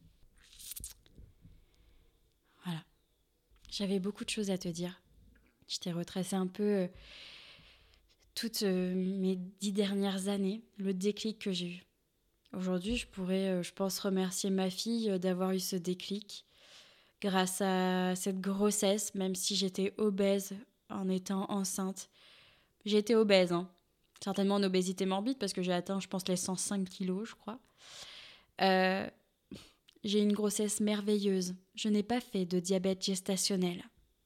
Voilà. J'avais beaucoup de choses à te dire. Je t'ai retracé un peu toutes mes 10 dernières années, le déclic que j'ai eu. Aujourd'hui, je pourrais, je pense, remercier ma fille d'avoir eu ce déclic. Grâce à cette grossesse, même si j'étais obèse en étant enceinte. J'ai été obèse, certainement en obésité morbide parce que j'ai atteint, je pense, les 105 kilos, je crois. J'ai une grossesse merveilleuse. Je n'ai pas fait de diabète gestationnel.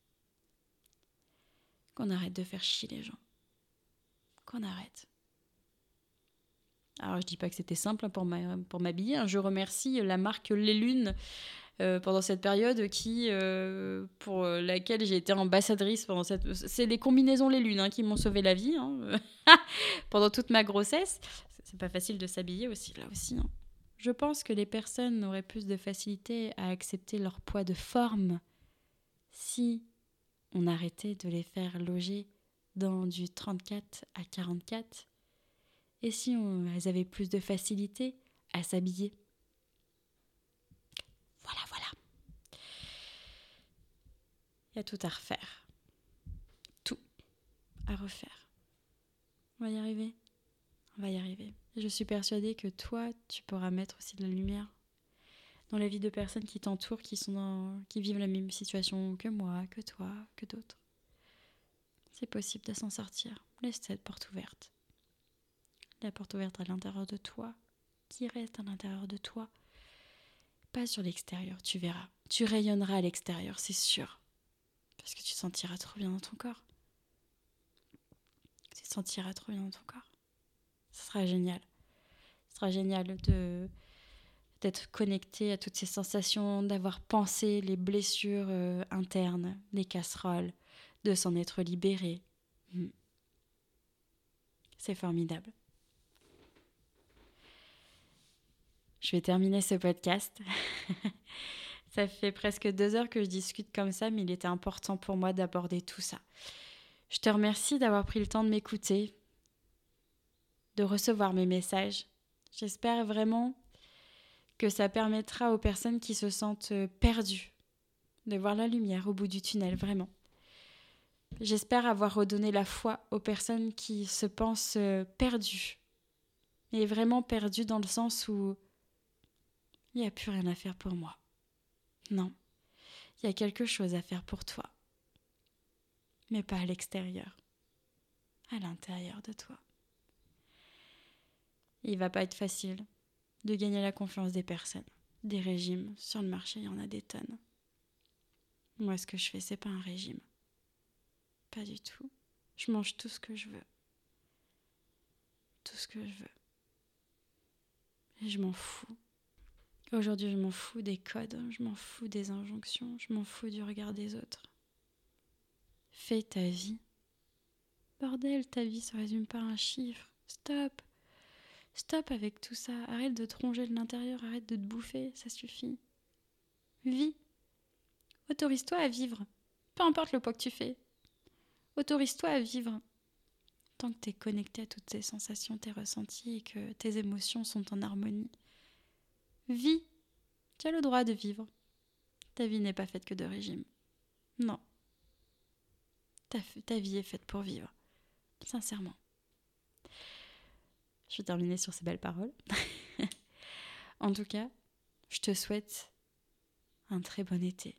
Qu'on arrête de faire chier les gens. Qu'on arrête. Alors, je dis pas que c'était simple pour m'habiller. Je remercie la marque Les Lunes pendant cette période pour laquelle j'ai été ambassadrice pendant c'est les combinaisons Les Lunes qui m'ont sauvé la vie pendant toute ma grossesse. C'est pas facile de s'habiller aussi là aussi. Je pense que les personnes auraient plus de facilité à accepter leur poids de forme si on arrêtait de les faire loger dans du 34 à 44 et si elles avaient plus de facilité à s'habiller. Voilà. Il y a tout à refaire. Tout à refaire. On va y arriver. Je suis persuadée que toi, tu pourras mettre aussi de la lumière dans la vie de personnes qui t'entourent, qui vivent la même situation que moi, que toi, que d'autres. C'est possible de s'en sortir. Laisse cette porte ouverte. La porte ouverte à l'intérieur de toi, qui reste à l'intérieur de toi. Pas sur l'extérieur, tu verras. Tu rayonneras à l'extérieur, c'est sûr. Parce que tu te sentiras trop bien dans ton corps. Ça sera génial. Ce sera génial d'être connecté à toutes ces sensations, d'avoir pensé les blessures internes, les casseroles, de s'en être libéré. C'est formidable. Je vais terminer ce podcast. Ça fait presque 2 heures que je discute comme ça, mais il était important pour moi d'aborder tout ça. Je te remercie d'avoir pris le temps de m'écouter, de recevoir mes messages. J'espère vraiment que ça permettra aux personnes qui se sentent perdues de voir la lumière au bout du tunnel, vraiment. J'espère avoir redonné la foi aux personnes qui se pensent perdues. Et vraiment perdues dans le sens où il n'y a plus rien à faire pour moi. Non, il y a quelque chose à faire pour toi. Mais pas à l'extérieur, à l'intérieur de toi. Il va pas être facile de gagner la confiance des personnes. Des régimes, sur le marché, il y en a des tonnes. Moi, ce que je fais, c'est pas un régime. Pas du tout. Je mange tout ce que je veux. Tout ce que je veux. Et je m'en fous. Aujourd'hui, je m'en fous des codes, je m'en fous des injonctions, je m'en fous du regard des autres. Fais ta vie. Bordel, ta vie se résume pas à un chiffre. Stop. Stop avec tout ça. Arrête de te ronger de l'intérieur, arrête de te bouffer, ça suffit. Vis. Autorise-toi à vivre. Peu importe le poids que tu fais. Autorise-toi à vivre. Tant que tu es connecté à toutes tes sensations, tes ressentis et que tes émotions sont en harmonie. Vis. Tu as le droit de vivre. Ta vie n'est pas faite que de régime. Non. Ta vie est faite pour vivre. Sincèrement. Je vais terminer sur ces belles paroles. En tout cas, je te souhaite un très bon été.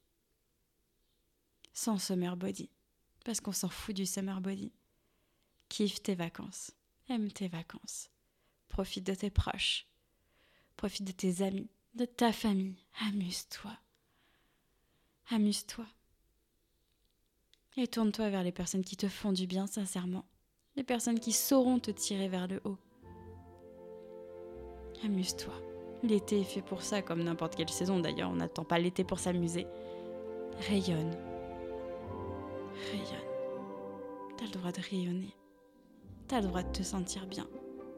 Sans summer body. Parce qu'on s'en fout du summer body. Kiffe tes vacances. Aime tes vacances. Profite de tes proches. Profite de tes amis. De ta famille. Amuse-toi. Amuse-toi. Et tourne-toi vers les personnes qui te font du bien, sincèrement. Les personnes qui sauront te tirer vers le haut. Amuse-toi. L'été est fait pour ça, comme n'importe quelle saison d'ailleurs. On n'attend pas l'été pour s'amuser. Rayonne. Rayonne. T'as le droit de rayonner. T'as le droit de te sentir bien.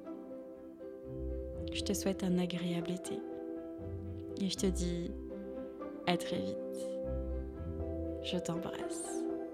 Je te souhaite un agréable été. Et je te dis à très vite. Je t'embrasse.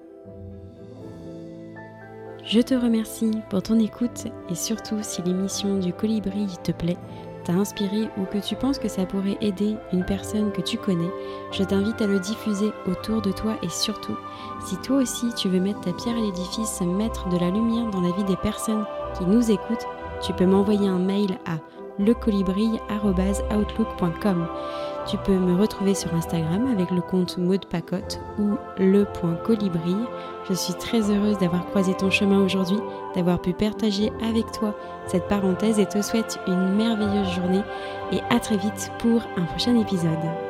Je te remercie pour ton écoute et surtout si l'émission du Colibri te plaît, t'a inspiré ou que tu penses que ça pourrait aider une personne que tu connais, je t'invite à le diffuser autour de toi et surtout, si toi aussi tu veux mettre ta pierre à l'édifice, mettre de la lumière dans la vie des personnes qui nous écoutent, tu peux m'envoyer un mail à lecolibri@outlook.com. Tu peux me retrouver sur Instagram avec le compte Maud Pacotte ou le.colibri. Je suis très heureuse d'avoir croisé ton chemin aujourd'hui, d'avoir pu partager avec toi cette parenthèse et te souhaite une merveilleuse journée et à très vite pour un prochain épisode.